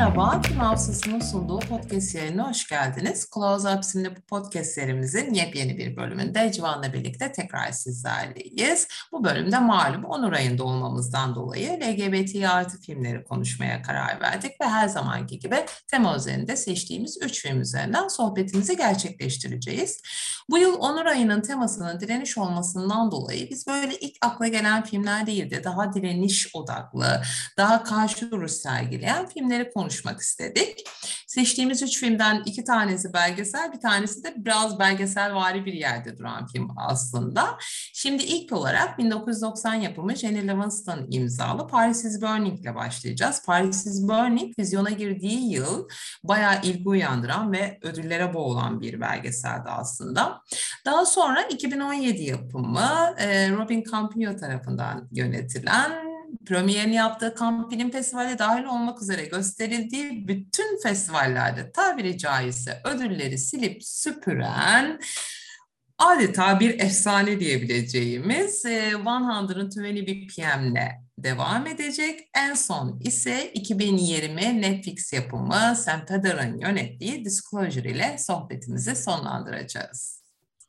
Merhaba, Film Hafızası'nın sunduğu podcast yayınına hoş geldiniz. Close Up isimli bu podcast serimizin yepyeni bir bölümünde Civan'la birlikte tekrar sizlerleyiz. Bu bölümde malum Onur ayında olmamızdan dolayı LGBT artı filmleri konuşmaya karar verdik ve her zamanki gibi tema üzerinde seçtiğimiz 3 film üzerinden sohbetimizi gerçekleştireceğiz. Bu yıl Onur ayının temasının direniş olmasından dolayı biz böyle ilk akla gelen filmler değil de daha direniş odaklı, daha karşı duruş sergileyen filmleri konuşmak istedik. Seçtiğimiz 3 filmden 2 tanesi belgesel, bir tanesi de biraz belgeselvari bir yerde duran film aslında. Şimdi ilk olarak 1990 yapımı Jenny Livingston imzalı Paris is Burning ile başlayacağız. Paris is Burning vizyona girdiği yıl bayağı ilgi uyandıran ve ödüllere boğulan bir belgeseldi aslında. Daha sonra 2017 yapımı Robin Campillo tarafından yönetilen, premierini yaptığı Cannes Film Festivali dahil olmak üzere gösterildiği bütün festivallerde tabiri caizse ödülleri silip süpüren adeta bir efsane diyebileceğimiz 120 PM'le devam edecek. En son ise 2020 Netflix yapımı Sam Federer'ın yönettiği Disclosure ile sohbetimizi sonlandıracağız.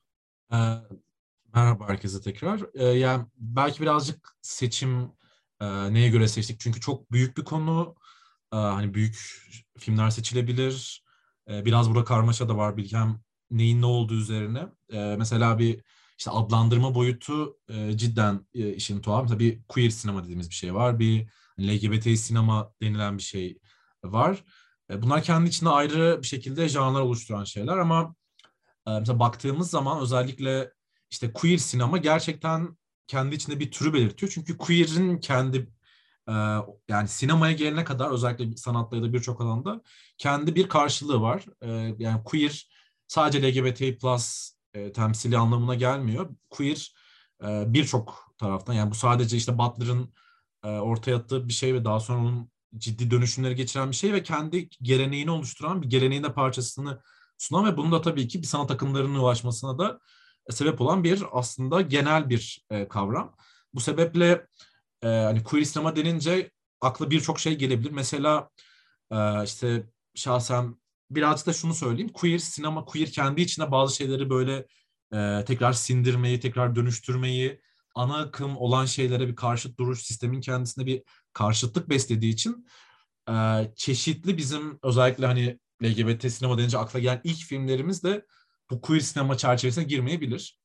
Merhaba herkese tekrar. Yani belki birazcık seçim neye göre seçtik? Çünkü çok büyük bir konu. Hani büyük filmler seçilebilir. Biraz burada karmaşa da var. Bilgem neyin ne olduğu üzerine. Mesela bir işte adlandırma boyutu cidden işin tuhaf. Mesela bir queer sinema dediğimiz bir şey var. Bir LGBT sinema denilen bir şey var. Bunlar kendi içinde ayrı bir şekilde janrlar oluşturan şeyler ama mesela baktığımız zaman özellikle işte queer sinema gerçekten kendi içinde bir türü belirtiyor. Çünkü queer'in kendi e, yani sinemaya gelene kadar özellikle sanatta ya da birçok alanda kendi bir karşılığı var. Yani queer sadece LGBT plus temsili anlamına gelmiyor. Queer birçok taraftan yani bu sadece işte Butler'ın ortaya attığı bir şey ve daha sonra onun ciddi dönüşümleri geçiren bir şey ve kendi geleneğini oluşturan bir geleneğin de parçasını sunan ve bunun da tabii ki bir sanat akımlarının ulaşmasına da sebep olan bir aslında genel bir kavram. Bu sebeple hani queer sinema denince akla birçok şey gelebilir. Mesela işte şahsen birazcık da şunu söyleyeyim. Queer sinema, queer kendi içinde bazı şeyleri böyle tekrar sindirmeyi, tekrar dönüştürmeyi, ana akım olan şeylere bir karşıt duruş, sistemin kendisine bir karşıtlık beslediği için çeşitli bizim özellikle hani LGBT sinema denince akla gelen ilk filmlerimiz de bu queer sinema çerçevesine girmeyebilir.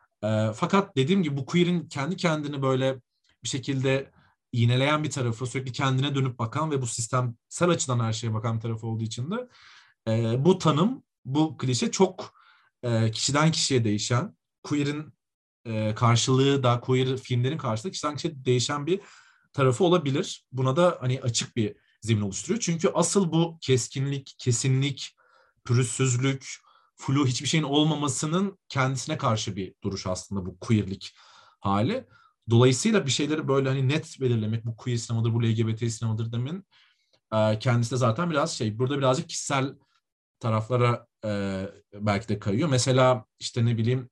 Fakat dediğim gibi bu queer'in kendi kendini böyle bir şekilde iğneleyen bir tarafı, sürekli kendine dönüp bakan ve bu sistemsel açıdan her şeye bakan bir tarafı olduğu için de bu tanım, bu klişe çok kişiden kişiye değişen, queer'in karşılığı da queer filmlerin karşılığı kişiden kişiye değişen bir tarafı olabilir. Buna da hani açık bir zemin oluşturuyor. Çünkü asıl bu keskinlik, kesinlik, pürüzsüzlük, flu hiçbir şeyin olmamasının kendisine karşı bir duruş aslında bu queerlik hali. Dolayısıyla bir şeyleri böyle hani net belirlemek, bu queer sinemadır, bu LGBT sinemadır demin kendisi de zaten biraz şey, burada birazcık kişisel taraflara belki de kayıyor. Mesela işte ne bileyim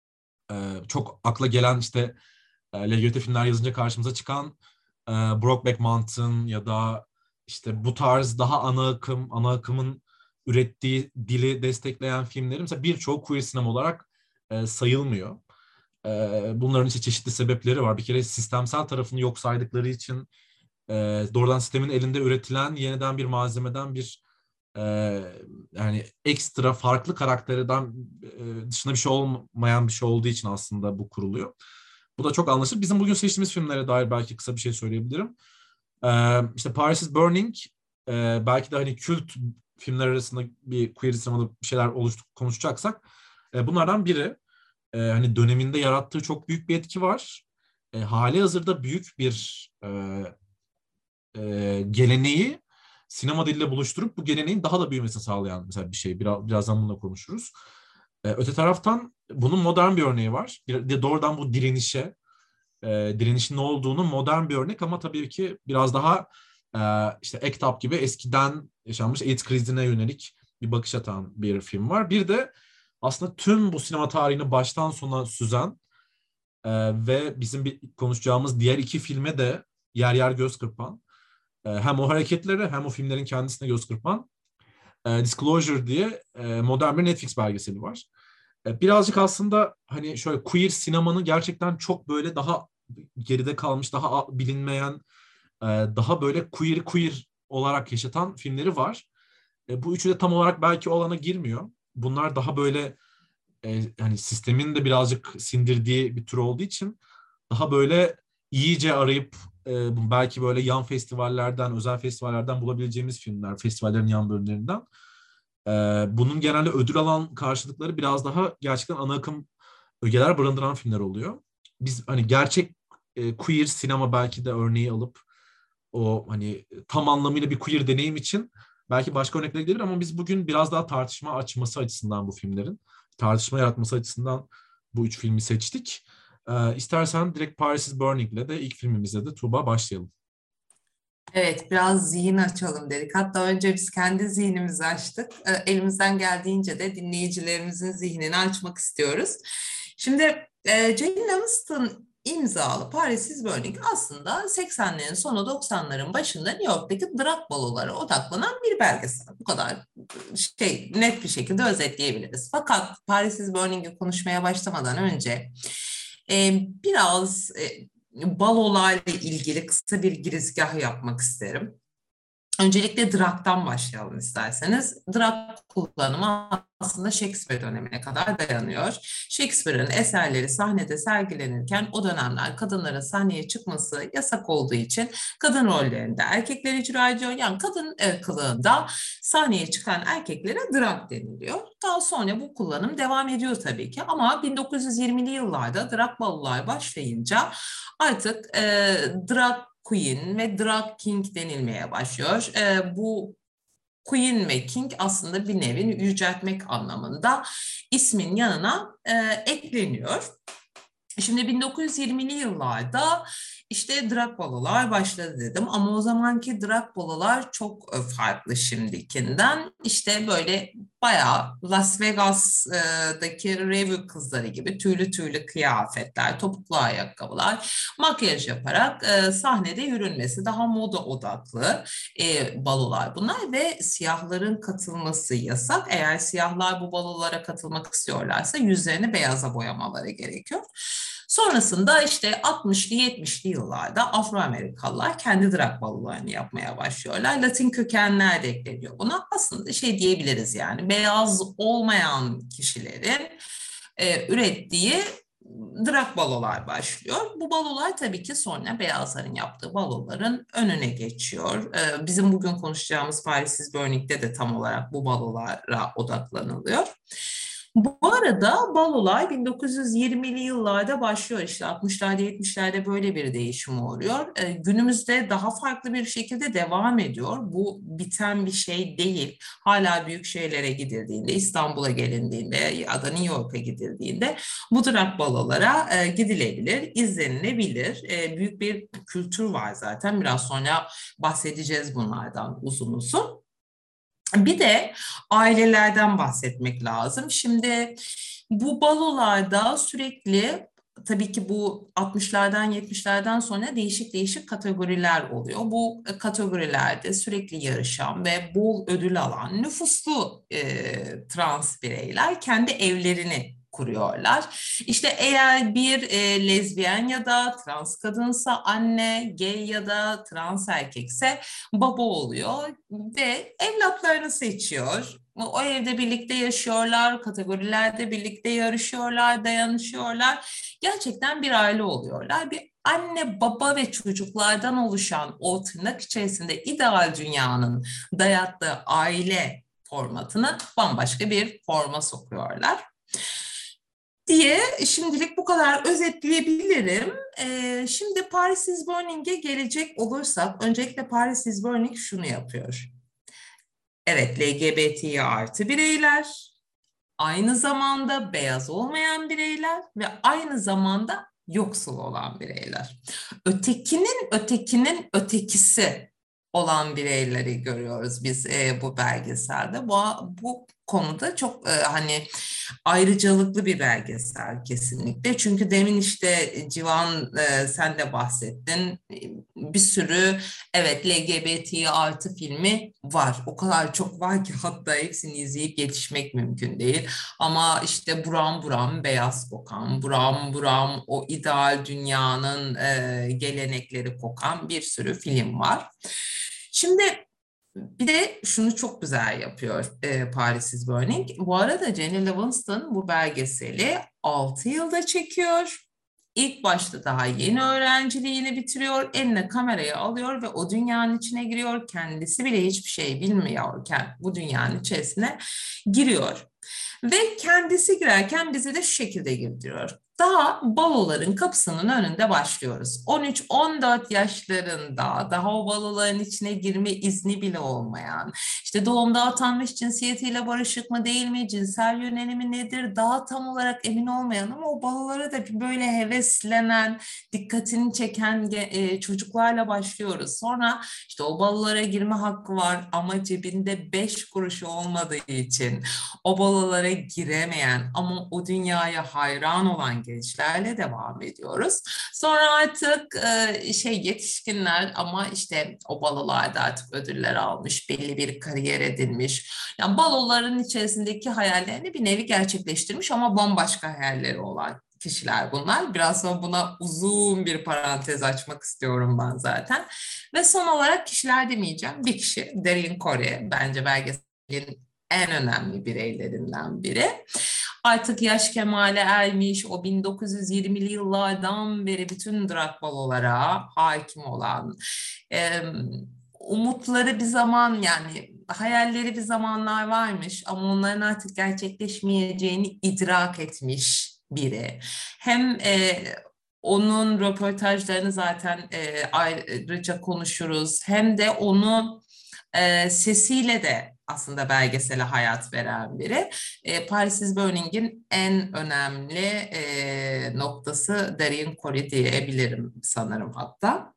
çok akla gelen işte LGBT filmler yazınca karşımıza çıkan Brokeback Mountain ya da işte bu tarz daha ana akımın ürettiği dili destekleyen filmlerin mesela birçoğu queer sinema olarak sayılmıyor. Bunların işte çeşitli sebepleri var. Bir kere sistemsel tarafını yok saydıkları için doğrudan sistemin elinde üretilen yeniden bir malzemeden bir e, yani ekstra farklı karakterden dışında bir şey olmayan bir şey olduğu için aslında bu kuruluyor. Bu da çok anlaşılır. Bizim bugün seçtiğimiz filmlere dair belki kısa bir şey söyleyebilirim. İşte Paris is Burning belki de hani kült filmler arasında bir queer sinemada bir şeyler konuşacaksak bunlardan biri. Hani döneminde yarattığı çok büyük bir etki var. Hali hazırda büyük bir geleneği sinema diliyle buluşturup bu geleneğin daha da büyümesini sağlayan mesela bir şey. Birazdan bununla konuşuruz. Öte taraftan bunun modern bir örneği var. Bir de doğrudan bu direnişin ne olduğunu modern bir örnek ama tabii ki biraz daha işte ACT UP gibi eskiden yaşanmış AIDS krizine yönelik bir bakış atan bir film var. Bir de aslında tüm bu sinema tarihini baştan sona süzen ve bizim konuşacağımız diğer iki filme de yer yer göz kırpan Hem o hareketleri hem o filmlerin kendisine göz kırpan Disclosure diye modern bir Netflix belgeseli var. Birazcık aslında hani şöyle queer sinemanın gerçekten çok böyle daha geride kalmış, daha bilinmeyen, daha böyle queer olarak yaşatan filmleri var. Bu üçü de tam olarak belki o alana girmiyor. Bunlar daha böyle hani sistemin de birazcık sindirdiği bir tür olduğu için daha böyle iyice arayıp belki böyle yan festivallerden, özel festivallerden bulabileceğimiz filmler, festivallerin yan bölümlerinden. Bunun genelde ödül alan karşılıkları biraz daha gerçekten ana akım ögeler barındıran filmler oluyor. Biz hani gerçek queer sinema belki de örneği alıp o hani tam anlamıyla bir queer deneyim için belki başka örnekler gidebilir ama biz bugün biraz daha tartışma açması açısından bu filmlerin, tartışma yaratması açısından bu üç filmi seçtik. İstersen direkt Paris is Burning ile de ilk filmimizle de Tuğba başlayalım. Evet, biraz zihin açalım dedik. Hatta önce biz kendi zihnimizi açtık. Elimizden geldiğince de dinleyicilerimizin zihnini açmak istiyoruz. Şimdi Jane Livingston imzalı Paris is Burning aslında 80'lerin sonu 90'ların başında New York'taki drag balolara odaklanan bir belgesel. Bu kadar net bir şekilde özetleyebiliriz. Fakat Paris is Burning'i konuşmaya başlamadan önce biraz balolarla ilgili kısa bir girizgah yapmak isterim. Öncelikle drag'dan başlayalım isterseniz. Drag kullanımı aslında Shakespeare dönemine kadar dayanıyor. Shakespeare'in eserleri sahnede sergilenirken o dönemler kadınların sahneye çıkması yasak olduğu için kadın rollerinde erkekler icra ediyor. Yani kadın kılığında sahneye çıkan erkeklere drag deniliyor. Daha sonra bu kullanım devam ediyor tabii ki ama 1920'li yıllarda drag balolar başlayınca artık drag Queen ve Drag King denilmeye başlıyor. Bu Queen ve King aslında bir nevi yüceltmek anlamında ismin yanına ekleniyor. Şimdi 1920'li yıllarda işte drag balolar başladı dedim ama o zamanki drag balolar çok farklı şimdikinden. İşte böyle bayağı Las Vegas'daki revue kızları gibi tüylü tüylü kıyafetler, topuklu ayakkabılar, makyaj yaparak sahnede yürünmesi daha moda odaklı balolar bunlar ve siyahların katılması yasak. Eğer siyahlar bu balolara katılmak istiyorlarsa yüzlerini beyaza boyamaları gerekiyor. Sonrasında işte 60'lı 70'li yıllarda Afro-Amerikalılar kendi drag balolarını yapmaya başlıyorlar. Latin kökenler de ekleniyor buna. Aslında şey diyebiliriz yani beyaz olmayan kişilerin ürettiği drag balolar başlıyor. Bu balolar tabii ki sonra beyazların yaptığı baloların önüne geçiyor. Bizim bugün konuşacağımız Paris is Burning'de de tam olarak bu balolara odaklanılıyor. Bu arada balolar 1920'li yıllarda başlıyor işte 60'larda 70'lerde böyle bir değişim oluyor. Günümüzde daha farklı bir şekilde devam ediyor. Bu biten bir şey değil. Hala büyük şehirlere gidildiğinde, İstanbul'a gelindiğinde ya da New York'a gidildiğinde bu drag balolara gidilebilir, izlenilebilir. Büyük bir kültür var zaten. Biraz sonra bahsedeceğiz bunlardan uzun uzun. Bir de ailelerden bahsetmek lazım. Şimdi bu balolarda sürekli tabii ki bu 60'lardan 70'lerden sonra değişik kategoriler oluyor. Bu kategorilerde sürekli yarışan ve bol ödül alan nüfuslu trans bireyler kendi evlerini kuruyorlar. İşte eğer bir lezbiyen ya da trans kadınsa anne, gay ya da trans erkekse baba oluyor ve evlatlarını seçiyor. O evde birlikte yaşıyorlar, kategorilerde birlikte yarışıyorlar, dayanışıyorlar. Gerçekten bir aile oluyorlar. Bir anne, baba ve çocuklardan oluşan o tırnak içerisinde ideal dünyanın dayattığı aile formatını bambaşka bir forma sokuyorlar diye şimdilik bu kadar özetleyebilirim. Şimdi Paris is Burning'e gelecek olursak öncelikle Paris is Burning şunu yapıyor. Evet, LGBTİ artı bireyler, aynı zamanda beyaz olmayan bireyler ve aynı zamanda yoksul olan bireyler. Ötekinin ötekisi olan bireyleri görüyoruz biz bu belgeselde. Bu konuda çok hani ayrıcalıklı bir belgesel kesinlikle. Çünkü demin işte Civan sen de bahsettin. bir sürü evet LGBT artı filmi var. O kadar çok var ki hatta hepsini izleyip yetişmek mümkün değil. Ama işte buram buram beyaz kokan, buram buram o ideal dünyanın gelenekleri kokan bir sürü film var. Şimdi bir de şunu çok güzel yapıyor Paris is Burning. Bu arada Jenny Livingston bu belgeseli 6 yılda çekiyor. İlk başta daha yeni öğrenciliğini bitiriyor, eline kamerayı alıyor ve o dünyanın içine giriyor. Kendisi bile hiçbir şey bilmiyorken bu dünyanın içerisine giriyor. Ve kendisi girerken bizi de şu şekilde girdiriyor. Daha baloların kapısının önünde başlıyoruz. 13-14 yaşlarında daha o baloların içine girme izni bile olmayan, işte doğumda atanmış cinsiyetiyle barışık mı değil mi, cinsel yönelimi nedir daha tam olarak emin olmayan ama o balolara da böyle heveslenen, dikkatini çeken çocuklarla başlıyoruz. Sonra işte o balolara girme hakkı var ama cebinde 5 kuruşu olmadığı için o balolara giremeyen ama o dünyaya hayran olan gençlerle devam ediyoruz. Sonra artık yetişkinler ama işte o balolarda artık ödüller almış, belli bir kariyer edinmiş. Yani baloların içerisindeki hayallerini bir nevi gerçekleştirmiş ama bambaşka hayalleri olan kişiler bunlar. Biraz sonra buna uzun bir parantez açmak istiyorum ben zaten. Ve son olarak kişiler demeyeceğim. Bir kişi, Darin Corey, bence belgeselin en önemli bireylerinden biri. Artık yaş kemale ermiş, o 1920'li yıllardan beri bütün drag balolara hakim olan, umutları bir zaman yani hayalleri bir zamanlar varmış ama onların artık gerçekleşmeyeceğini idrak etmiş biri. Hem onun röportajlarını zaten ayrıca konuşuruz hem de onu sesiyle de aslında belgesele hayat veren biri. Paris is Burning'in en önemli noktası Darien Corey diyebilirim sanırım hatta.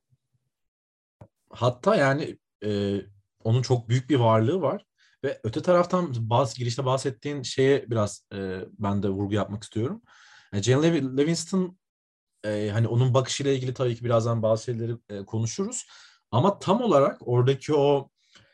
Hatta yani onun çok büyük bir varlığı var. Ve öte taraftan girişte bahsettiğin şeye biraz ben de vurgu yapmak istiyorum. Yani Jane Livingston hani onun bakışıyla ilgili tabii ki birazdan bazı şeyleri konuşuruz. Ama tam olarak oradaki o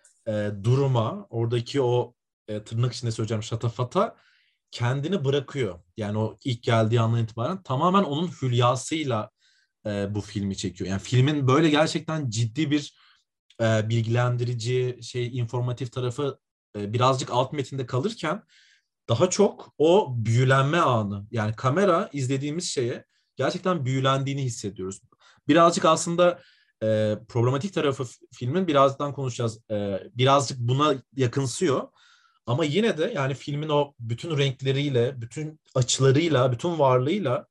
duruma, oradaki o tırnak içinde söyleyeceğim şatafata kendini bırakıyor. Yani o ilk geldiği andan itibaren tamamen onun hülyasıyla bu filmi çekiyor. Yani filmin böyle gerçekten ciddi bir bilgilendirici, informatif tarafı birazcık alt metinde kalırken daha çok o büyülenme anı. Yani kamera izlediğimiz şeye gerçekten büyülendiğini hissediyoruz. Birazcık aslında problematik tarafı filmin birazdan konuşacağız. Birazcık buna yakınsıyor. Ama yine de yani filmin o bütün renkleriyle, bütün açılarıyla, bütün varlığıyla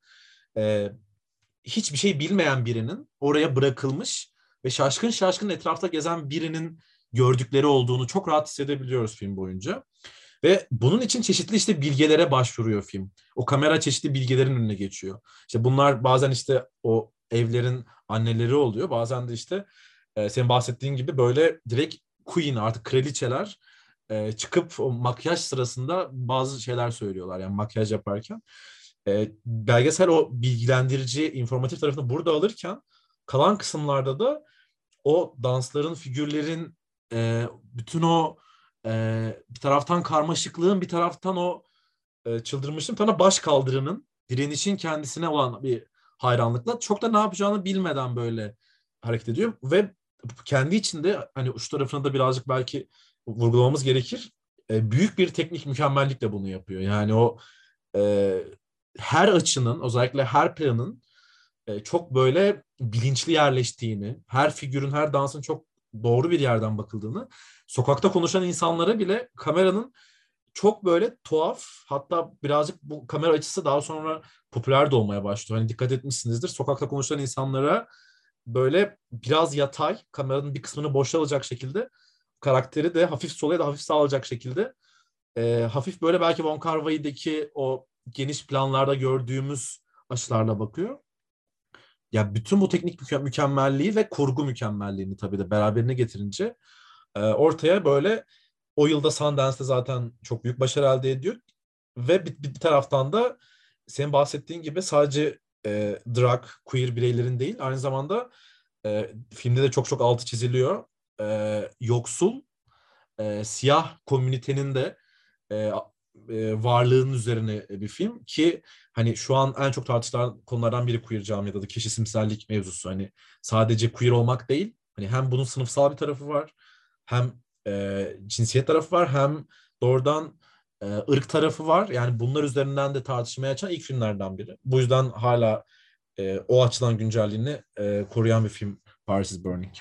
e, hiçbir şey bilmeyen birinin oraya bırakılmış ve şaşkın şaşkın etrafta gezen birinin gördükleri olduğunu çok rahat hissedebiliyoruz film boyunca. Ve bunun için çeşitli işte bilgelere başvuruyor film. O kamera çeşitli bilgelerin önüne geçiyor. İşte bunlar bazen işte o evlerin anneleri oluyor. Bazen de işte senin bahsettiğin gibi böyle direkt queen artık kraliçeler çıkıp o makyaj sırasında bazı şeyler söylüyorlar. Yani makyaj yaparken. Belgesel o bilgilendirici, informatif tarafını burada alırken kalan kısımlarda da o dansların, figürlerin bütün o bir taraftan karmaşıklığın, bir taraftan o çıldırmışlığın, bir taraftan baş kaldırının, direnişin kendisine olan bir hayranlıkla çok da ne yapacağını bilmeden böyle hareket ediyor ve kendi içinde hani uç tarafına da birazcık belki vurgulamamız gerekir. Büyük bir teknik mükemmellikle bunu yapıyor. Yani o e, her açının, özellikle her planın çok böyle bilinçli yerleştiğini, her figürün, her dansın çok doğru bir yerden bakıldığını, sokakta konuşan insanlara bile kameranın çok böyle tuhaf, hatta birazcık bu kamera açısı daha sonra popüler de olmaya başlıyor. Hani dikkat etmişsinizdir. Sokakta konuşan insanlara böyle biraz yatay, kameranın bir kısmını boşa alacak şekilde karakteri de hafif sola ya da hafif sağa alacak şekilde hafif böyle belki Wong Kar-wai'deki o geniş planlarda gördüğümüz açılarla bakıyor. Ya bütün bu teknik mükemmelliği ve kurgu mükemmelliğini tabii de beraberine getirince ortaya böyle o yılda Sundance'de zaten çok büyük başarı elde ediyor. Ve bir taraftan da senin bahsettiğin gibi sadece drag, queer bireylerin değil aynı zamanda filmde de çok çok altı çiziliyor. Yoksul, siyah komünitenin de e, varlığının üzerine bir film ki hani şu an en çok tartışılan konulardan biri queer camiada da kişisimsellik mevzusu. Hani sadece queer olmak değil. Hani hem bunun sınıfsal bir tarafı var, hem cinsiyet tarafı var, hem doğrudan ırk tarafı var. Yani bunlar üzerinden de tartışmaya açan ilk filmlerden biri. Bu yüzden hala o açıdan güncelliğini koruyan bir film Paris is Burning.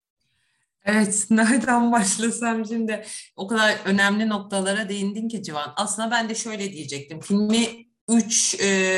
Evet, nereden başlasam şimdi o kadar önemli noktalara değindin ki Civan. Aslında ben de şöyle diyecektim. Filmi üç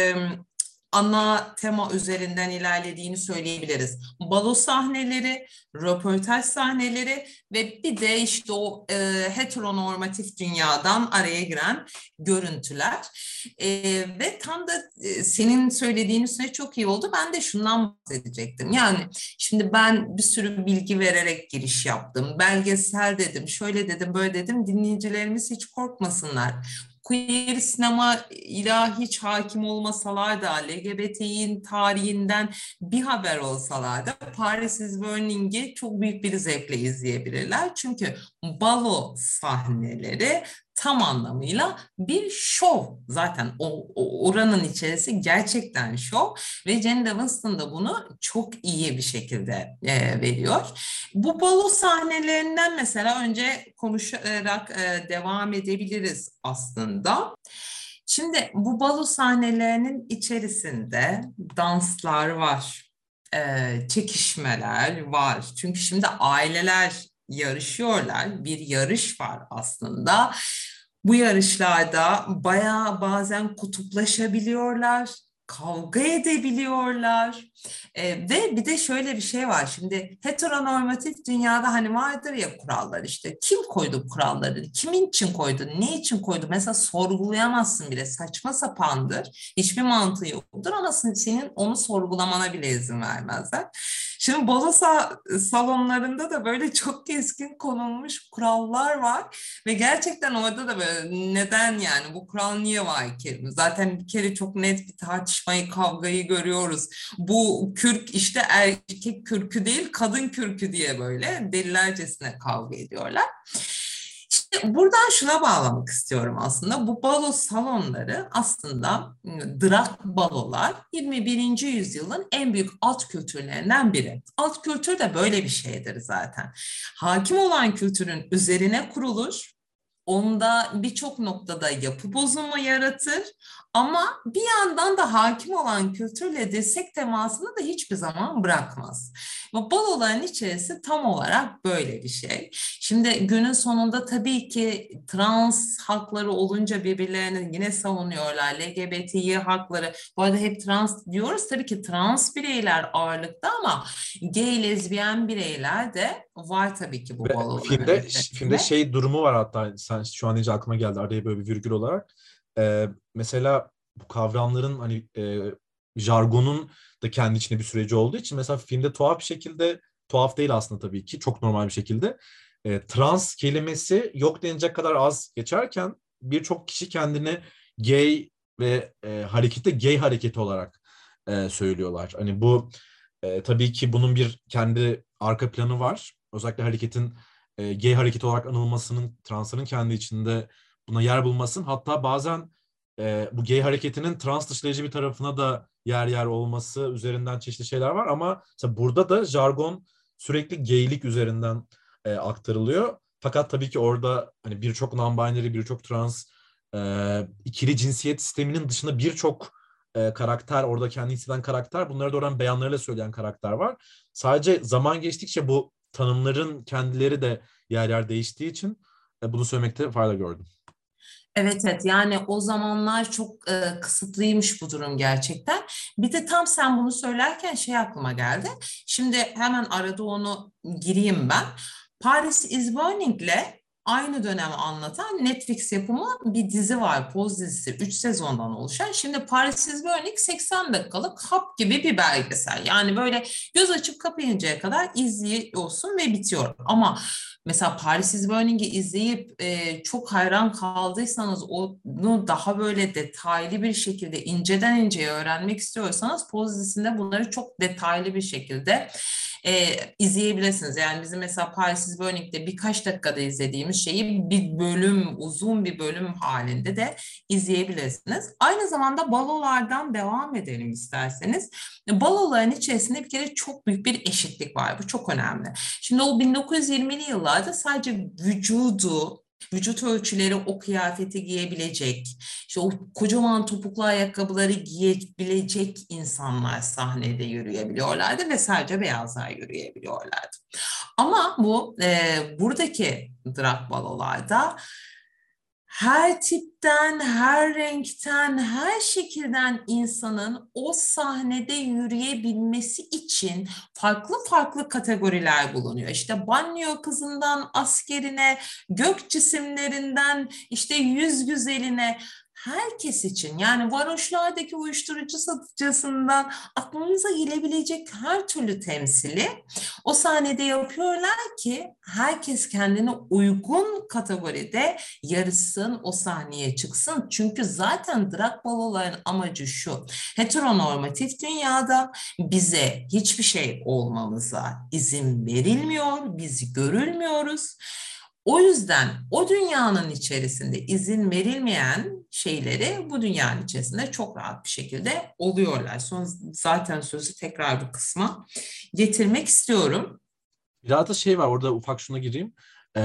ana tema üzerinden ilerlediğini söyleyebiliriz. Balo sahneleri, röportaj sahneleri ve bir de işte o heteronormatif dünyadan araya giren görüntüler. Ve tam da senin söylediğin üstüne çok iyi oldu. Ben de şundan bahsedecektim. Yani şimdi ben bir sürü bilgi vererek giriş yaptım. Belgesel dedim, şöyle dedim, böyle dedim. Dinleyicilerimiz hiç korkmasınlar. Queer sinema ile hiç hakim olmasalar da LGBT'nin tarihinden bir haber olsalar da Paris is Burning'i çok büyük bir zevkle izleyebilirler. Çünkü balo sahneleri tam anlamıyla bir şov. Zaten oranın içerisi gerçekten şov ve Jane Livingston da bunu çok iyi bir şekilde veriyor. Bu balo sahnelerinden mesela önce konuşarak devam edebiliriz aslında. Şimdi bu balo sahnelerinin içerisinde danslar var, çekişmeler var. Çünkü şimdi aileler yarışıyorlar, bir yarış var aslında. Bu yarışlarda bayağı bazen kutuplaşabiliyorlar, kavga edebiliyorlar. Ve bir de şöyle bir şey var. Şimdi heteronormatif dünyada hani vardır ya kurallar işte. Kim koydu kuralları? Kimin için koydu? Ne için koydu? Mesela sorgulayamazsın bile. Saçma sapandır. Hiçbir mantığı yoktur ama senin onu sorgulamana bile izin vermezler. Şimdi balo salonlarında da böyle çok keskin konulmuş kurallar var ve gerçekten orada da böyle neden yani bu kural niye var ki? Zaten bir kere çok net bir tartışmayı, kavgayı görüyoruz. Bu kürk işte erkek kürkü değil kadın kürkü diye böyle delilercesine kavga ediyorlar. İşte buradan şuna bağlamak istiyorum aslında. Bu balo salonları aslında drag balolar 21. yüzyılın en büyük alt kültürlerinden biri. Alt kültür de böyle bir şeydir zaten. Hakim olan kültürün üzerine kurulur. Onda birçok noktada yapı bozumu yaratır ama bir yandan da hakim olan kültürle dirsek temasını da hiçbir zaman bırakmaz. Ve baloların içerisi tam olarak böyle bir şey. Şimdi günün sonunda tabii ki trans hakları olunca birbirlerini yine savunuyorlar. LGBTİ hakları. Bu arada hep trans diyoruz. Tabii ki trans bireyler ağırlıkta ama gay, lezbiyen bireyler de var tabii ki bu Ve baloların filmde içerisinde. şey durumu var, hatta sen şu an iyice aklıma geldi araya böyle bir virgül olarak. Mesela bu kavramların hani jargonun da kendi içinde bir süreci olduğu için mesela filmde tuhaf bir şekilde, tuhaf değil aslında tabii ki, çok normal bir şekilde trans kelimesi yok denecek kadar az geçerken birçok kişi kendini gay ve harekette gay hareketi olarak söylüyorlar. Hani bu tabii ki bunun bir kendi arka planı var. Özellikle hareketin gay hareket olarak anılmasının, transların kendi içinde buna yer bulmasın. Hatta bazen bu gay hareketinin trans dışlayıcı bir tarafına da yer yer olması üzerinden çeşitli şeyler var. Ama mesela burada da jargon sürekli gaylik üzerinden aktarılıyor. Fakat tabii ki orada hani birçok non-binary, birçok trans, ikili cinsiyet sisteminin dışında birçok karakter, orada kendi hisseden karakter, bunları doğrudan beyanlarıyla söyleyen karakter var. Sadece zaman geçtikçe bu tanımların kendileri de yer yer değiştiği için bunu söylemekte fayda gördüm. Evet, evet, yani o zamanlar çok kısıtlıymış bu durum gerçekten. Bir de tam sen bunu söylerken şey aklıma geldi. Şimdi hemen arada onu gireyim ben. Paris is Burning'le aynı dönemi anlatan Netflix yapımı bir dizi var. Poz dizisi 3 sezondan oluşan. Şimdi Paris is Burning 80 dakikalık hap gibi bir belgesel. Yani böyle göz açıp kapayıncaya kadar izliyorsun ve bitiyor. Ama mesela Paris is Burning'i izleyip çok hayran kaldıysanız onu daha böyle detaylı bir şekilde inceden inceye öğrenmek istiyorsanız Poz dizisinde bunları çok detaylı bir şekilde izleyebilirsiniz. Yani bizim mesela Paris is Burning'de birkaç dakikada izlediğimiz şeyi bir bölüm, uzun bir bölüm halinde de izleyebilirsiniz. Aynı zamanda balolardan devam edelim isterseniz. Baloların içerisinde bir kere çok büyük bir eşitlik var. Bu çok önemli. Şimdi o 1920'li yıllarda sadece vücut ölçüleri o kıyafeti giyebilecek, işte o kocaman topuklu ayakkabıları giyebilecek insanlar sahnede yürüyebiliyorlardı ve sadece beyazlar yürüyebiliyorlardı. Ama buradaki drag balolarda her tipten, her renkten, her şekilden insanın o sahnede yürüyebilmesi için farklı farklı kategoriler bulunuyor. İşte banyo kızından askerine, gök cisimlerinden işte yüz güzeline, herkes için, yani varoşlardaki uyuşturucu satıcısından aklınıza gelebilecek her türlü temsili o sahnede yapıyorlar ki herkes kendine uygun kategoride yarışsın, o sahneye çıksın. Çünkü zaten drag baloların amacı şu: heteronormatif dünyada bize hiçbir şey olmamıza izin verilmiyor, biz görülmüyoruz. O yüzden o dünyanın içerisinde izin verilmeyen şeyleri bu dünyanın içerisinde çok rahat bir şekilde oluyorlar. Zaten sözü tekrar bu kısma getirmek istiyorum. Biraz da şey var orada, ufak şuna gireyim.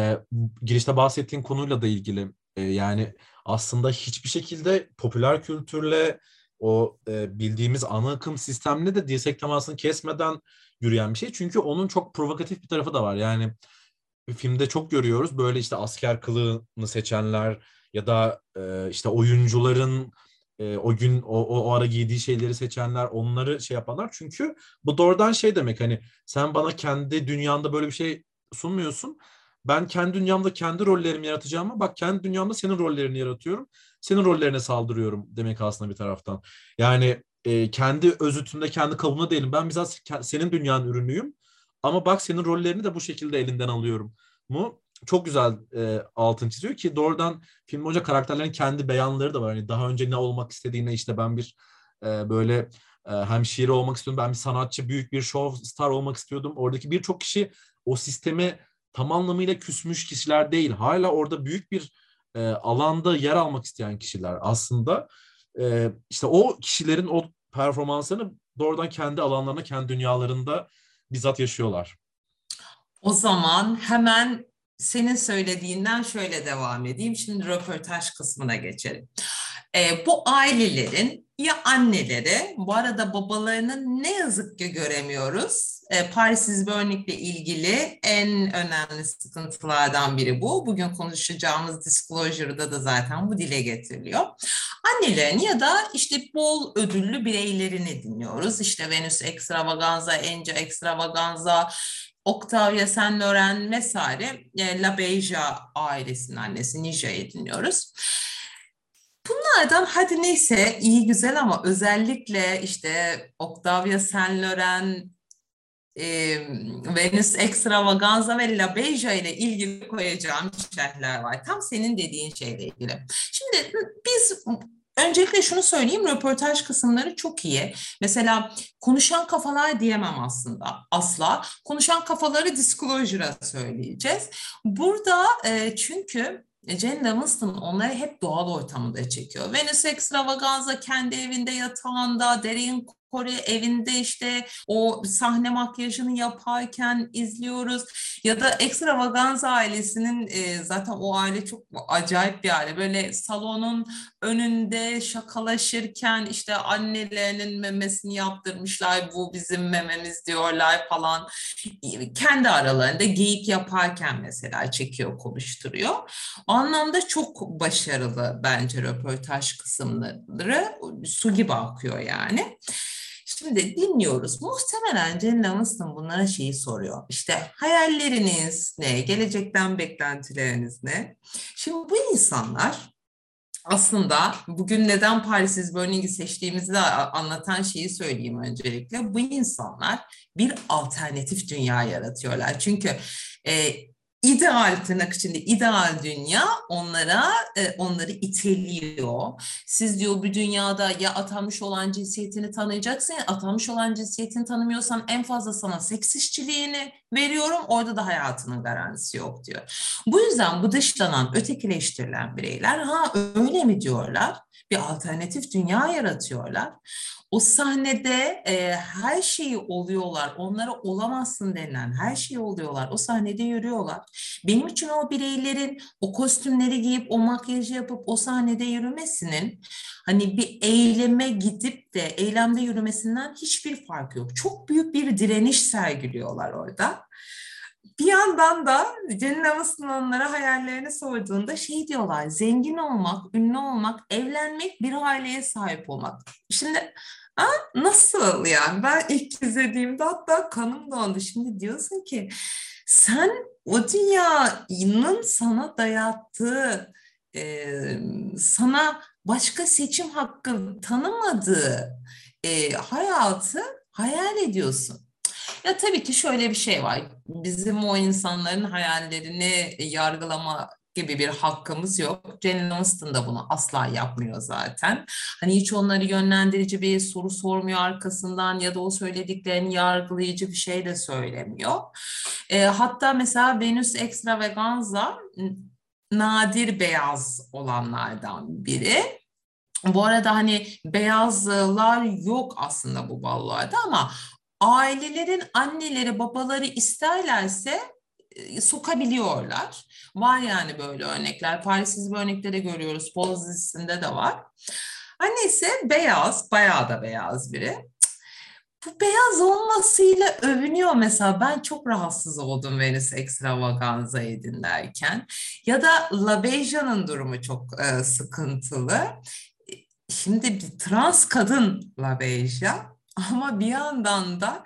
Girişte bahsettiğin konuyla da ilgili. Yani aslında hiçbir şekilde popüler kültürle o bildiğimiz ana akım sistemle de dirsek temasını kesmeden yürüyen bir şey. Çünkü onun çok provokatif bir tarafı da var. Yani filmde çok görüyoruz böyle işte asker kılığını seçenler ya da işte oyuncuların o gün o ara giydiği şeyleri seçenler, onları şey yapanlar. Çünkü bu doğrudan şey demek, hani sen bana kendi dünyanda böyle bir şey sunmuyorsun. Ben kendi dünyamda kendi rollerimi yaratacağım ama bak kendi dünyamda senin rollerini yaratıyorum. Senin rollerine saldırıyorum demek aslında bir taraftan. Yani kendi özütümde, kendi kabuğumda değilim. Ben bizzat senin dünyanın ürünüyüm. Ama bak senin rollerini de bu şekilde elinden alıyorum mu? Çok güzel altın çiziyor ki doğrudan film boyunca karakterlerin kendi beyanları da var. Hani daha önce ne olmak istediğine, işte ben bir böyle hem şiir olmak istiyordum, ben bir sanatçı, büyük bir show star olmak istiyordum. Oradaki birçok kişi o sisteme tam anlamıyla küsmüş kişiler değil. Hala orada büyük bir alanda yer almak isteyen kişiler. Aslında işte o kişilerin o performanslarını doğrudan kendi alanlarına, kendi dünyalarında bizzat yaşıyorlar. O zaman hemen senin söylediğinden şöyle devam edeyim. Şimdi röportaj kısmına geçelim. Bu ailelerin ya anneleri, bu arada babalarını ne yazık ki göremiyoruz. Paris is Burning'le ilgili en önemli sıkıntılardan biri bu. Bugün konuşacağımız Disclosure'da da zaten bu dile getiriliyor. Annelerini ya da işte bol ödüllü bireylerini dinliyoruz. İşte Venus Extravaganza, Angel Extravaganza, Octavia Saint Laurent vesaire, La Beija ailesinin annesi Nija'yı dinliyoruz. Bunlardan hadi neyse iyi güzel ama özellikle işte Octavia Saint Laurent, Venus Extravaganza ve La Beija ile ilgili koyacağım şerhler var. Tam senin dediğin şeyle ilgili. Şimdi biz öncelikle şunu söyleyeyim, röportaj kısımları çok iyi. Mesela konuşan kafalar diyemem aslında asla. Konuşan kafaları Disclosure'a söyleyeceğiz. Burada çünkü Jane Livingston onları hep doğal ortamda çekiyor. Venus Extravaganza kendi evinde yatağında, Darian Corey evinde işte o sahne makyajını yaparken izliyoruz. Ya da Extravaganza ailesinin zaten o aile çok acayip bir aile. Böyle salonun önünde şakalaşırken işte annelerinin memesini yaptırmışlar, bu bizim mememiz diyorlar falan. Kendi aralarında geyik yaparken mesela çekiyor, konuşturuyor. O anlamda çok başarılı bence röportaj kısımları. Su gibi akıyor yani. Şimdi dinliyoruz. Muhtemelen Jane Livingston bunlara şeyi soruyor. İşte hayalleriniz ne? Gelecekten beklentileriniz ne? Şimdi bu insanlar aslında bugün neden Paris is Burning'i seçtiğimizi de anlatan şeyi söyleyeyim öncelikle. Bu insanlar bir alternatif dünya yaratıyorlar. Çünkü ideal, tırnak içinde ideal dünya onları iteliyor. Siz diyor bu dünyada ya atanmış olan cinsiyetini tanıyacaksın, ya atanmış olan cinsiyetini tanımıyorsan en fazla sana seks işçiliğini veriyorum. Orada da hayatının garantisi yok diyor. Bu yüzden bu dışlanan, ötekileştirilen bireyler ha öyle mi diyorlar? Bir alternatif dünya yaratıyorlar. O sahnede her şeyi oluyorlar. Onlara olamazsın denilen her şeyi oluyorlar. O sahnede yürüyorlar. Benim için o bireylerin o kostümleri giyip o makyajı yapıp o sahnede yürümesinin hani bir eyleme gidip de eylemde yürümesinden hiçbir farkı yok. Çok büyük bir direniş sergiliyorlar orada. Bir yandan da Cennet Amas'ın onlara hayallerini sorduğunda şey diyorlar, zengin olmak, ünlü olmak, evlenmek, bir aileye sahip olmak. Şimdi ha, nasıl yani? Ben ilk izlediğimde hatta kanım dondu. Şimdi diyorsun ki sen o dünyanın sana dayattığı, sana başka seçim hakkı tanımadığı hayatı hayal ediyorsun. Ya tabii ki şöyle bir şey var. Bizim o insanların hayallerini yargılama gibi bir hakkımız yok. Jane Austen da bunu asla yapmıyor zaten. Hani hiç onları yönlendirici bir soru sormuyor arkasından ya da o söylediklerini yargılayıcı bir şey de söylemiyor. Hatta mesela Venus Extravaganza nadir beyaz olanlardan biri. Bu arada hani beyazlar yok aslında bu ballarda ama ailelerin anneleri babaları isterlerse sokabiliyorlar. Var yani böyle örnekler. Paris'siz bu örnekleri görüyoruz. Boz dizisinde de var. Annesi beyaz, bayağı da beyaz biri. Bu beyaz olmasıyla övünüyor mesela. Ben çok rahatsız oldum Venüs Extravaganza'yı dinlerken. Ya da La Beige'nin durumu çok sıkıntılı. Şimdi bir trans kadın La Beige ama bir yandan da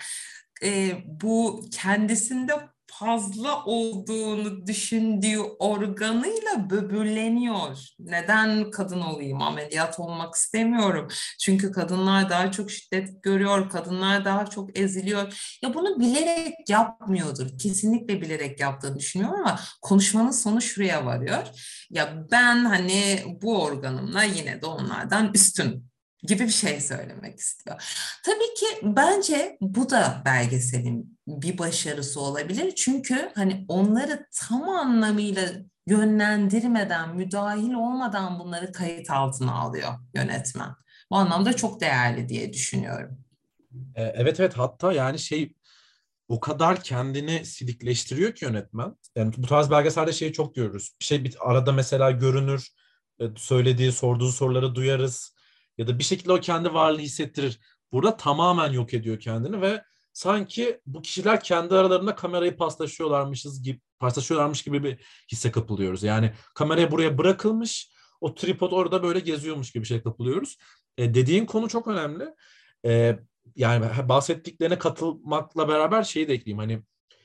bu kendisinde fazla olduğunu düşündüğü organıyla böbürleniyor. Neden kadın olayım? Ameliyat olmak istemiyorum. Çünkü kadınlar daha çok şiddet görüyor, kadınlar daha çok eziliyor. Ya bunu bilerek yapmıyordur. Kesinlikle bilerek yaptığını düşünüyorum ama konuşmanın sonu şuraya varıyor. Ya ben hani bu organımla yine de onlardan üstün gibi bir şey söylemek istiyor. Tabii ki bence bu da belgeselin bir başarısı olabilir. Çünkü hani onları tam anlamıyla yönlendirmeden, müdahil olmadan bunları kayıt altına alıyor yönetmen. Bu anlamda çok değerli diye düşünüyorum. Evet, evet, hatta yani şey, o kadar kendini silikleştiriyor ki yönetmen. Yani bu tarz belgeselde şeyi çok görürüz. Bir şey bir arada mesela görünür, söylediği, sorduğu soruları duyarız ya da bir şekilde o kendi varlığı hissettirir. Burada tamamen yok ediyor kendini ve sanki bu kişiler kendi aralarında kamerayı paslaşıyorlarmış gibi bir hisse kapılıyoruz. Yani kameraya buraya bırakılmış, o tripod orada böyle geziyormuş gibi bir şey kapılıyoruz. Dediğin konu çok önemli. E, Yani bahsettiklerine katılmakla beraber şeyi de ekleyeyim. Hani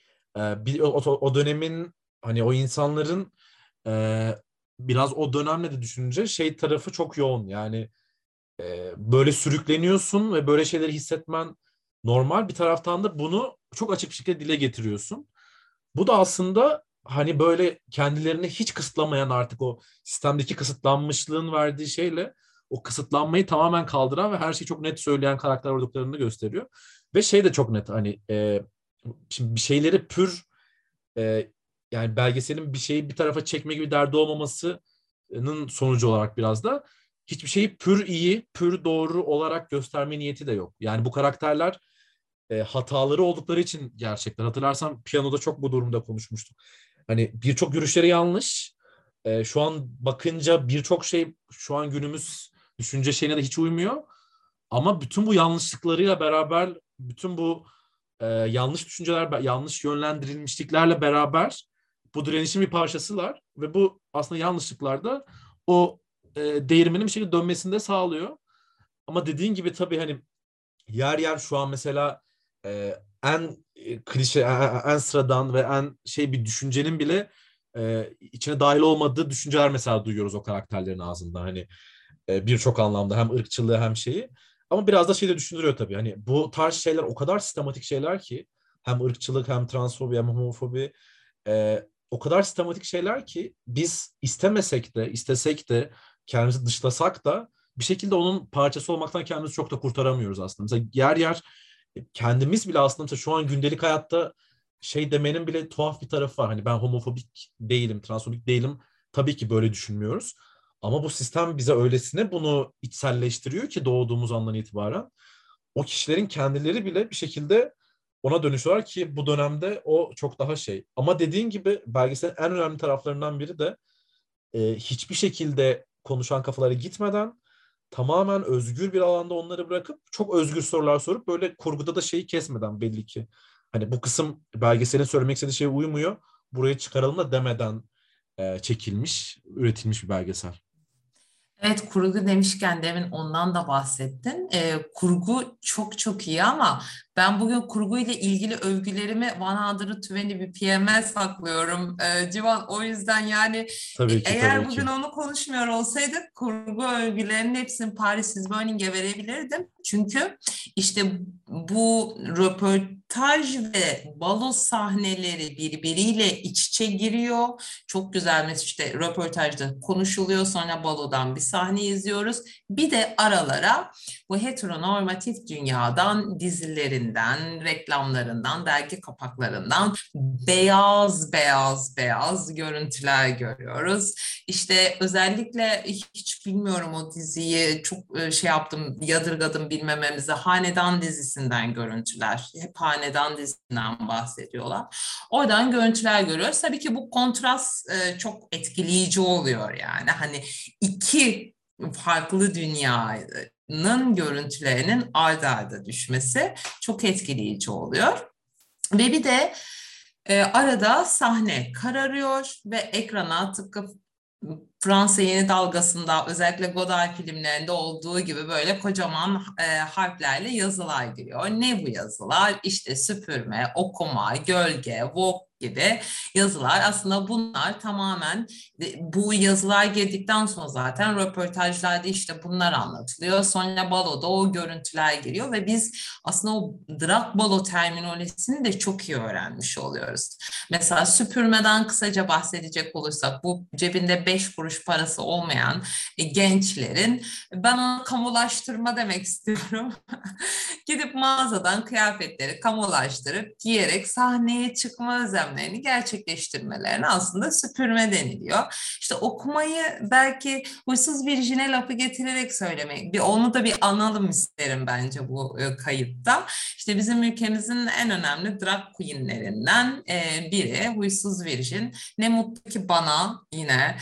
o dönemin, hani o insanların e, biraz o dönemle de düşününce şey tarafı çok yoğun. Yani böyle sürükleniyorsun ve böyle şeyleri hissetmen normal. Bir taraftan da bunu çok açık bir şekilde dile getiriyorsun. Bu da aslında hani böyle kendilerini hiç kısıtlamayan, artık o sistemdeki kısıtlanmışlığın verdiği şeyle o kısıtlanmayı tamamen kaldıran ve her şeyi çok net söyleyen karakter olduklarını gösteriyor. Ve şey de çok net, hani şimdi bir şeyleri pür, e, yani belgeselin bir şeyi bir tarafa çekme gibi derdi olmamasının sonucu olarak biraz da hiçbir şeyi pür iyi, pür doğru olarak gösterme niyeti de yok. Yani bu karakterler hataları oldukları için gerçekten. Hatırlarsan piyanoda çok bu durumda konuşmuştuk. Hani birçok yürüyüşleri yanlış. Şu an bakınca birçok şey şu an günümüz düşünce şeyine de hiç uymuyor. Ama bütün bu yanlışlıklarıyla beraber, bütün bu yanlış düşünceler, yanlış yönlendirilmişliklerle beraber bu direnişin bir parçasılar ve bu aslında yanlışlıklar da o değirmenin bir şekilde dönmesini de sağlıyor. Ama dediğin gibi tabii hani yer yer şu an mesela en klişe, en sıradan ve en şey bir düşüncenin bile içine dahil olmadığı düşünceler mesela duyuyoruz o karakterlerin ağzında. Hani birçok anlamda hem ırkçılığı hem şeyi. Ama biraz da şey de düşündürüyor tabii. Hani bu tarz şeyler o kadar sistematik şeyler ki, hem ırkçılık hem transfobi hem homofobi, o kadar sistematik şeyler ki biz istemesek de, istesek de, kendimizi dışlasak da bir şekilde onun parçası olmaktan kendimizi çok da kurtaramıyoruz aslında. Mesela yer yer kendimiz bile aslında mesela şu an gündelik hayatta şey demenin bile tuhaf bir tarafı var. Hani ben homofobik değilim, transfobik değilim. Tabii ki böyle düşünmüyoruz. Ama bu sistem bize öylesine bunu içselleştiriyor ki doğduğumuz andan itibaren o kişilerin kendileri bile bir şekilde ona dönüşüyorlar ki bu dönemde o çok daha şey. Ama dediğin gibi belgeselin en önemli taraflarından biri de hiçbir şekilde konuşan kafalara gitmeden tamamen özgür bir alanda onları bırakıp çok özgür sorular sorup böyle kurguda da şeyi kesmeden belli ki. Hani bu kısım belgeselin söylemek istediği şeye uymuyor. Burayı çıkaralım da demeden çekilmiş, üretilmiş bir belgesel. Evet, kurgu demişken demin ondan da bahsettin. Kurgu çok çok iyi ama ben bugün kurgu ile ilgili övgülerimi 120 BPM'e saklıyorum. Civan, o yüzden yani Tabii ki, eğer tabii bugün ki. onu konuşmuyor olsaydık kurgu övgülerinin hepsini Paris is Burning'e verebilirdim. Çünkü işte bu röportaj ve balo sahneleri birbiriyle iç içe giriyor. Çok güzel, mesela işte röportajda konuşuluyor, sonra balodan bir sahne izliyoruz. Bir de aralara bu heteronormatif dünyadan, dizilerinden, reklamlarından, dergi kapaklarından beyaz beyaz beyaz görüntüler görüyoruz. İşte özellikle hiç bilmiyorum, o diziyi çok şey yaptım, yadırgadım bilmememize. Hanedan dizisinden görüntüler. Hep Hanedan dizisinden bahsediyorlar. Oradan görüntüler görüyoruz. Tabii ki bu kontrast çok etkileyici oluyor yani. Hani iki farklı dünyanın görüntülerinin arda arda düşmesi çok etkileyici oluyor. Ve bir de arada sahne kararıyor ve ekrana tıpkı Fransa Yeni Dalgası'nda, özellikle Godard filmlerinde olduğu gibi böyle kocaman harflerle yazılar giriyor. Ne bu yazılar? İşte süpürme, okuma, gölge, walk gibi yazılar. Aslında bunlar tamamen, bu yazılar girdikten sonra zaten röportajlarda işte bunlar anlatılıyor. Sonra baloda o görüntüler geliyor ve biz aslında o drag balo terminolojisini de çok iyi öğrenmiş oluyoruz. Mesela süpürmeden kısaca bahsedecek olursak, bu cebinde 5 kuruş parası olmayan gençlerin, ben ona kamulaştırma demek istiyorum. Gidip mağazadan kıyafetleri kamulaştırıp giyerek sahneye çıkma özlemlerini gerçekleştirmelerine aslında süpürme deniliyor. İşte okumayı belki Huysuz Virjin'e lafı getirerek söylemek, onu da bir analım isterim bence bu kayıtta. İşte bizim ülkemizin en önemli drag queenlerinden biri Huysuz Virjin. Ne mutlu ki bana yine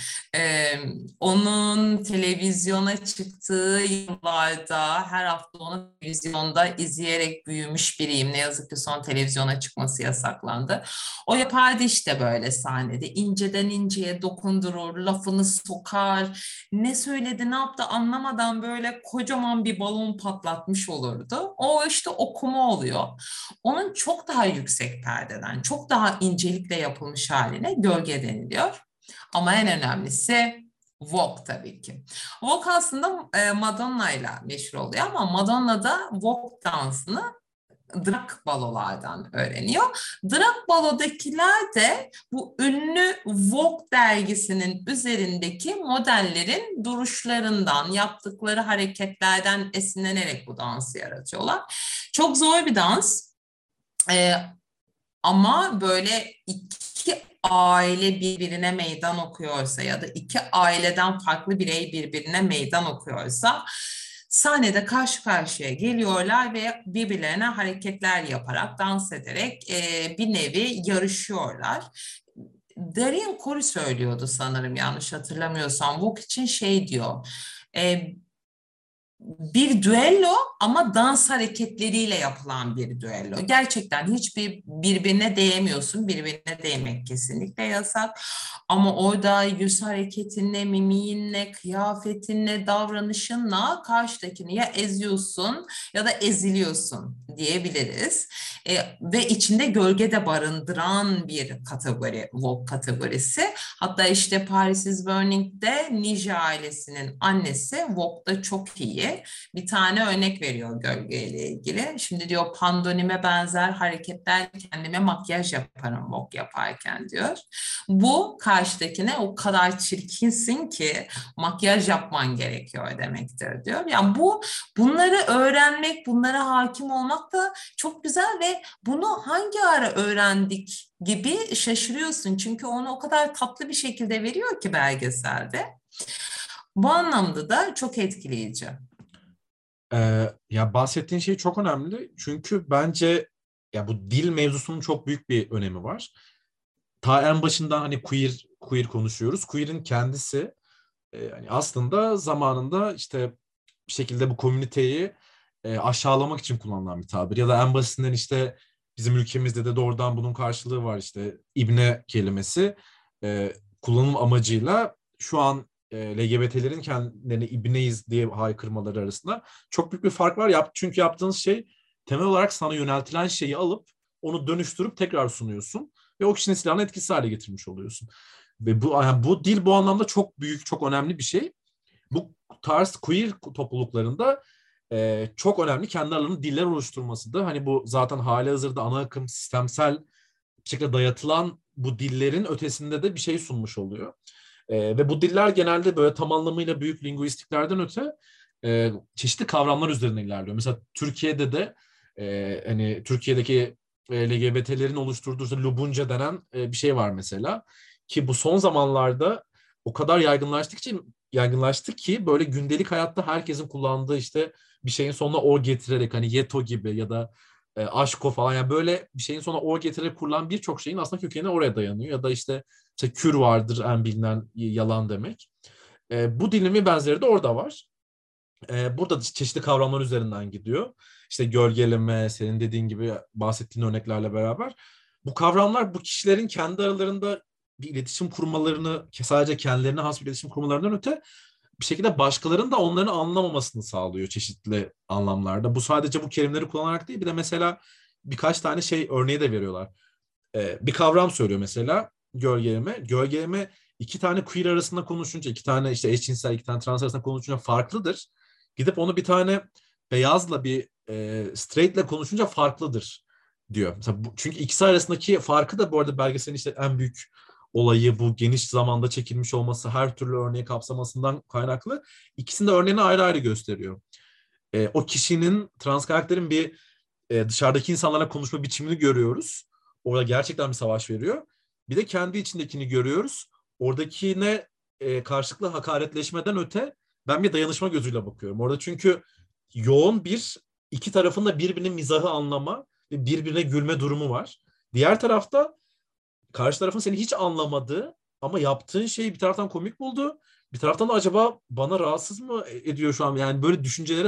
onun televizyona çıktığı yıllarda her hafta onu televizyonda izleyerek büyümüş biriyim. Ne yazık ki son televizyona çıkması yasaklandı. O yapardı işte böyle sahnede. İnceden inceye dokundurur, lafını sokar. Ne söyledi, ne yaptı anlamadan böyle kocaman bir balon patlatmış olurdu. O işte okuma oluyor. Onun çok daha yüksek perdeden, çok daha incelikle yapılmış haline gölge deniliyor. Ama en önemlisi Vogue tabii ki. Vogue aslında Madonna ile meşhur oluyor ama Madonna da Vogue dansını drag balolardan öğreniyor. Drag balodakiler de bu ünlü Vogue dergisinin üzerindeki modellerin duruşlarından, yaptıkları hareketlerden esinlenerek bu dansı yaratıyorlar. Çok zor bir dans. E, Ama böyle iki aile birbirine meydan okuyorsa ya da iki aileden farklı birey birbirine meydan okuyorsa sahnede karşı karşıya geliyorlar ve birbirlerine hareketler yaparak, dans ederek bir nevi yarışıyorlar. Darien Corey söylüyordu sanırım, yanlış hatırlamıyorsam. Vogue için şey diyor. E, Bir düello ama dans hareketleriyle yapılan bir düello. Gerçekten hiçbir birbirine değemiyorsun. Birbirine değmek kesinlikle yasak. Ama orada yüz hareketinle, mimiğinle, kıyafetinle, davranışınla karşıdakini ya eziyorsun ya da eziliyorsun diyebiliriz. Ve içinde gölge de barındıran bir kategori, Vogue kategorisi. Hatta işte Paris is Burning'de Nije ailesinin annesi Vogue'da çok iyi. diye bir tane örnek veriyor gölgeyle ilgili. Şimdi diyor pandonime benzer hareketler kendime makyaj yaparım mok yaparken diyor. Bu karşıdakine o kadar çirkinsin ki makyaj yapman gerekiyor demektir diyor. Yani bunları öğrenmek, bunlara hakim olmak da çok güzel ve bunu hangi ara öğrendik gibi şaşırıyorsun. Çünkü onu o kadar tatlı bir şekilde veriyor ki belgeselde. Bu anlamda da çok etkileyici. Ya bahsettiğin şey çok önemli. Çünkü bence ya bu dil mevzusunun çok büyük bir önemi var. Ta en başından hani queer konuşuyoruz. Queer'in kendisi hani aslında zamanında işte bir şekilde bu komüniteyi aşağılamak için kullanılan bir tabir. Ya da en basitinden işte bizim ülkemizde de doğrudan bunun karşılığı var, işte ibne kelimesi. Kullanım amacıyla şu an LGBT'lerin kendilerini ibneyiz diye haykırmaları arasında çok büyük bir fark var. Çünkü yaptığınız şey temel olarak sana yöneltilen şeyi alıp onu dönüştürüp tekrar sunuyorsun ve o kişinin silahını etkisiz hale getirmiş oluyorsun. Ve bu dil bu anlamda çok büyük, çok önemli bir şey. Bu tarz queer topluluklarında çok önemli kendi aralarında diller oluşturması da, hani bu zaten halihazırda ana akım sistemsel bir şekilde dayatılan bu dillerin ötesinde de bir şey sunmuş oluyor. Ve bu diller genelde böyle tam anlamıyla büyük linguistiklerden öte çeşitli kavramlar üzerine ilerliyor. Mesela Türkiye'de de hani Türkiye'deki LGBT'lerin oluşturduğu işte Lubunca denen bir şey var mesela. Ki bu son zamanlarda o kadar yaygınlaştı ki böyle gündelik hayatta herkesin kullandığı işte bir şeyin sonuna o getirerek, hani yeto gibi ya da aşko falan, yani böyle bir şeyin sonuna o getirerek kurulan birçok şeyin aslında kökeni oraya dayanıyor. Ya da işte kür vardır en bilinen yalan demek. Bu dilin bir benzeri de orada var. Burada çeşitli kavramlar üzerinden gidiyor. İşte gölgeleme, senin dediğin gibi bahsettiğin örneklerle beraber. Bu kavramlar bu kişilerin kendi aralarında bir iletişim kurmalarını, sadece kendilerine has bir iletişim kurmalarından öte bir şekilde başkalarının da onların anlamamasını sağlıyor çeşitli anlamlarda. Bu sadece bu kelimeleri kullanarak değil, bir de mesela birkaç tane şey örneği de veriyorlar. Bir kavram söylüyor mesela, gölgeleme. Gölgeleme iki tane queer arasında konuşunca, iki tane işte eşcinsel, iki tane trans arasında konuşunca farklıdır. Gidip onu bir tane beyazla bir straight'le konuşunca farklıdır diyor. Mesela çünkü ikisi arasındaki farkı da bu arada belgeselin işte en büyük olayı bu geniş zamanda çekilmiş olması, her türlü örneği kapsamasından kaynaklı. İkisinin de örneğini ayrı ayrı gösteriyor. O kişinin, trans karakterin bir dışarıdaki insanlarla konuşma biçimini görüyoruz. Orada gerçekten bir savaş veriyor. Bir de kendi içindekini görüyoruz. Oradakine karşılıklı hakaretleşmeden öte ben bir dayanışma gözüyle bakıyorum. Orada çünkü yoğun bir, iki tarafın da birbirinin mizahı anlama ve birbirine gülme durumu var. Diğer tarafta karşı tarafın seni hiç anlamadığı ama yaptığın şeyi bir taraftan komik buldu. Bir taraftan da acaba bana rahatsız mı ediyor şu an? Yani böyle düşüncelere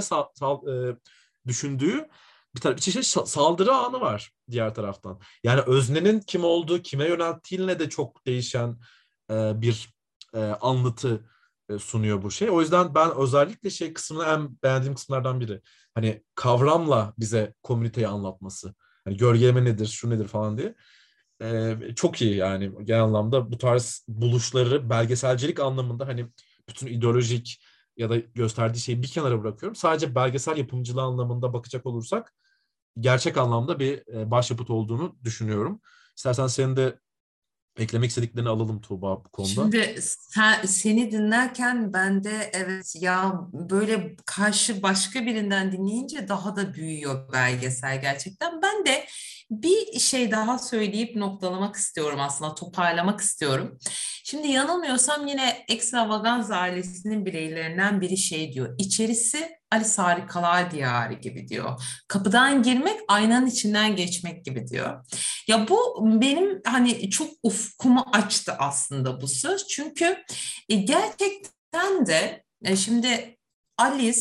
düşündüğü bir çeşit saldırı anı var diğer taraftan. Yani öznenin kim olduğu, kime yönelttiğine de çok değişen bir anlatı sunuyor bu şey. O yüzden ben özellikle şey kısmını en beğendiğim kısımlardan biri. Hani kavramla bize komüniteyi anlatması. Hani gölgeleme nedir, şu nedir falan diye. Çok iyi yani genel anlamda bu tarz buluşları belgeselcilik anlamında, hani bütün ideolojik ya da gösterdiği şeyi bir kenara bırakıyorum. Sadece belgesel yapımcılığı anlamında bakacak olursak gerçek anlamda bir başyapıt olduğunu düşünüyorum. İstersen senin de eklemek istediklerini alalım Tuğba bu konuda. Şimdi seni dinlerken ben de evet ya böyle karşı başka birinden dinleyince daha da büyüyor belgesel gerçekten. Ben de bir şey daha söyleyip noktalamak istiyorum, aslında toparlamak istiyorum. Şimdi yanılmıyorsam yine Extravaganza ailesinin bireylerinden biri şey diyor. İçerisi Alice Harikalar Diyarı gibi diyor. Kapıdan girmek aynanın içinden geçmek gibi diyor. Ya bu benim hani çok ufkumu açtı aslında bu söz. Çünkü gerçekten de şimdi Alice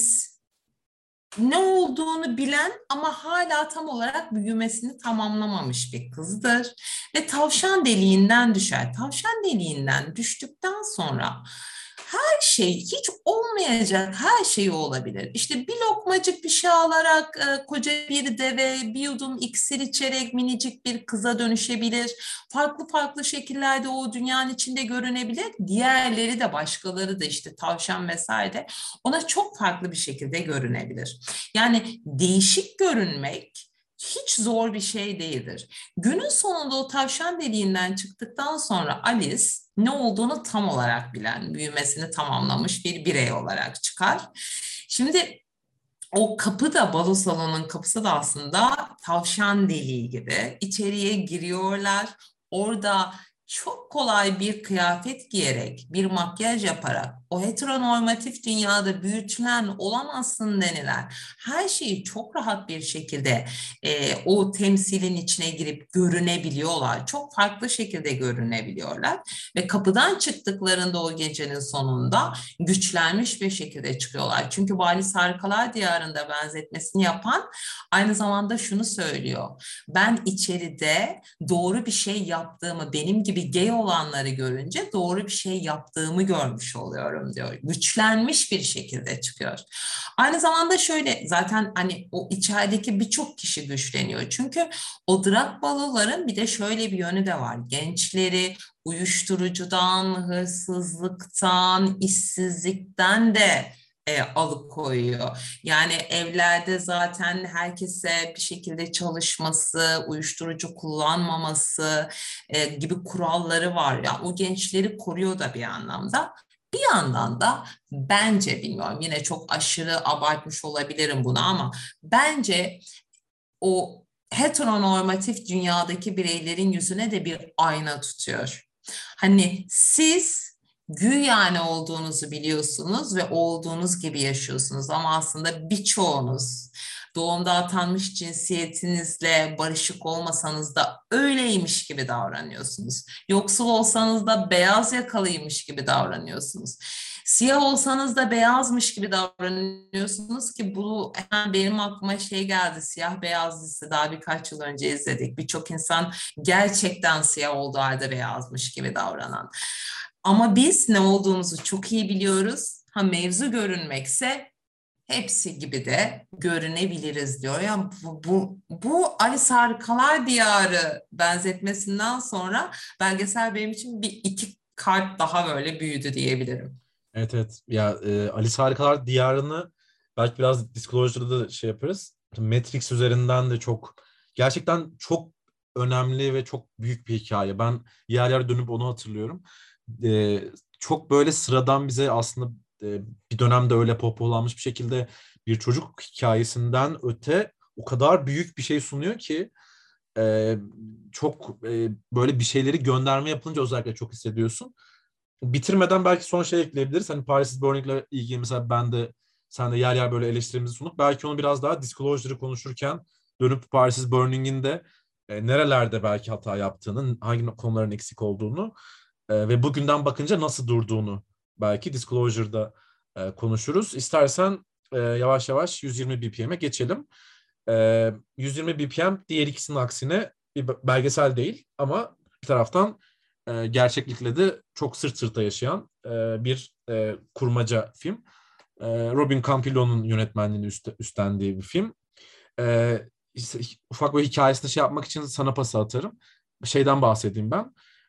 ne olduğunu bilen ama hala tam olarak büyümesini tamamlamamış bir kızdır. Ve tavşan deliğinden düşer. Tavşan deliğinden düştükten sonra her şey, hiç olmayacak her şey olabilir. İşte bir lokmacık bir şey alarak koca bir deve, bir yudum iksir içerek minicik bir kıza dönüşebilir. Farklı farklı şekillerde o dünyanın içinde görünebilir. Diğerleri de, başkaları da, işte tavşan vesaire, ona çok farklı bir şekilde görünebilir. Yani değişik görünmek hiç zor bir şey değildir. Günün sonunda o tavşan deliğinden çıktıktan sonra Alice ne olduğunu tam olarak bilen, büyümesini tamamlamış bir birey olarak çıkar. Şimdi o kapı da, balo salonunun kapısı da aslında tavşan deliği gibi. İçeriye giriyorlar. Orada çok kolay bir kıyafet giyerek, bir makyaj yaparak, o heteronormatif dünyada büyütülen, olamazsın denilen her şeyi çok rahat bir şekilde o temsilin içine girip görünebiliyorlar. Çok farklı şekilde görünebiliyorlar. Ve kapıdan çıktıklarında o gecenin sonunda güçlenmiş bir şekilde çıkıyorlar. Çünkü Valis Harikalar Diyarı'nda benzetmesini yapan aynı zamanda şunu söylüyor: ben içeride doğru bir şey yaptığımı, benim gibi gay olanları görünce doğru bir şey yaptığımı görmüş oluyorum diyor. Güçlenmiş bir şekilde çıkıyor. Aynı zamanda şöyle, zaten hani o içerideki birçok kişi güçleniyor. Çünkü o drag baloların bir de şöyle bir yönü de var: gençleri uyuşturucudan, hırsızlıktan, işsizlikten de alıkoyuyor. Yani evlerde zaten herkese bir şekilde çalışması, uyuşturucu kullanmaması gibi kuralları var. Yani o gençleri koruyor da bir anlamda. Bir yandan da bence, bilmiyorum, yine çok aşırı abartmış olabilirim bunu ama bence o heteronormatif dünyadaki bireylerin yüzüne de bir ayna tutuyor. Hani siz güya ne olduğunuzu biliyorsunuz ve olduğunuz gibi yaşıyorsunuz ama aslında birçoğunuz doğumda atanmış cinsiyetinizle barışık olmasanız da öyleymiş gibi davranıyorsunuz. Yoksul olsanız da beyaz yakalıymış gibi davranıyorsunuz. Siyah olsanız da beyazmış gibi davranıyorsunuz ki bu hemen benim aklıma şey geldi. Siyah Beyaz dizisi daha birkaç yıl önce izledik. Birçok insan gerçekten siyah olduğu halde beyazmış gibi davranan. Ama biz ne olduğumuzu çok iyi biliyoruz. Ha, mevzu görünmekse hepsi gibi de görünebiliriz diyor. Yani bu Alice Harikalar Diyarı benzetmesinden sonra belgesel benim için bir iki kart daha böyle büyüdü diyebilirim. Evet, evet. Ya Alice Harikalar Diyarı'nı belki biraz Disclosure'da da şey yaparız. Matrix üzerinden de çok, gerçekten çok önemli ve çok büyük bir hikaye. Ben yer yer dönüp onu hatırlıyorum. E, Çok böyle sıradan, bize aslında bir dönemde öyle popülerlenmiş bir şekilde bir çocuk hikayesinden öte o kadar büyük bir şey sunuyor ki e, çok böyle bir şeyleri gönderme yapılınca özellikle çok hissediyorsun. Bitirmeden belki son şey ekleyebiliriz. Hani Paris is Burning'le ilgili mesela ben de sen de yer yer böyle eleştirimizi sunup belki onu biraz daha Disclosure'ı konuşurken dönüp Paris is Burning'in de nerelerde belki hata yaptığını, hangi konuların eksik olduğunu ve bugünden bakınca nasıl durduğunu belki Disclosure'da konuşuruz. İstersen yavaş yavaş 120 BPM'e geçelim. 120 BPM diğer ikisinin aksine bir belgesel değil ama bir taraftan gerçeklikle de çok sırt sırta yaşayan bir kurmaca film. Robin Campillo'nun yönetmenliğini üstlendiği bir film. Ufak bir hikayesini şey yapmak için sana pası atarım. Şeyden bahsedeyim ben.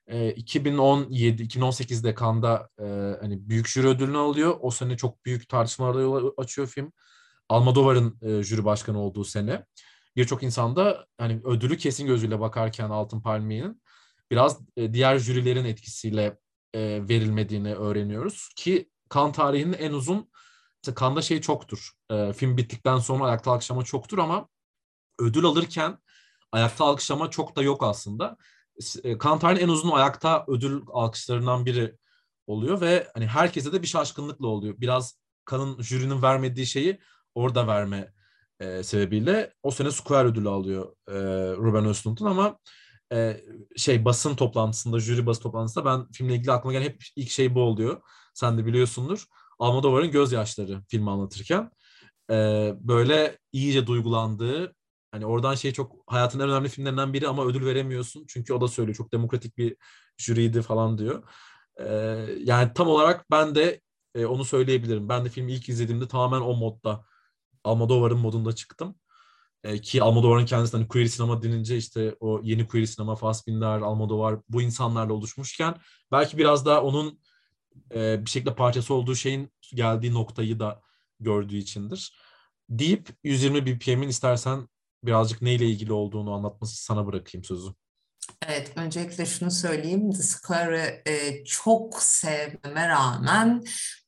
2017-2018'de Cannes'da hani büyük jüri ödülünü alıyor. O sene çok büyük tartışmalara yol açıyor film. Almodovar'ın jüri başkanı olduğu sene. Birçok insan da hani ödülü kesin gözüyle bakarken Altın Palmiye'nin biraz diğer jürilerin etkisiyle verilmediğini öğreniyoruz. Ki Cannes tarihinin en uzun, mesela Cannes'da şey çoktur. Film bittikten sonra ayakta alkışlama çoktur ama ödül alırken ayakta alkışlama çok da yok aslında. Cannes tarihinin en uzun ayakta ödül alkışlarından biri oluyor ve hani herkese de bir şaşkınlıkla oluyor. Biraz Cannes'ın jürinin vermediği şeyi orada verme sebebiyle o sene Square ödülü alıyor Ruben Östlund'un ama basın toplantısında, jüri basın toplantısında ben filmle ilgili aklıma gelen hep ilk şey bu oluyor. Sen de biliyorsundur. Almodovar'ın gözyaşları filmi anlatırken böyle iyice duygulandığı, hani oradan şey, çok hayatın en önemli filmlerinden biri ama ödül veremiyorsun. Çünkü o da söylüyor çok demokratik bir jüriydi falan diyor. Yani tam olarak ben de onu söyleyebilirim. Ben de filmi ilk izlediğimde tamamen o modda, Almodovar'ın modunda çıktım. Ki Almodovar'ın kendisi hani queer sinema denince işte o yeni queer sinema, Fassbinder, Almodovar bu insanlarla oluşmuşken belki biraz daha onun bir şekilde parçası olduğu şeyin geldiği noktayı da gördüğü içindir. Deyip 120 BPM'in istersen birazcık neyle ilgili olduğunu anlatması sana bırakayım sözü. Evet, öncelikle şunu söyleyeyim. The Square'ı çok sevmeme rağmen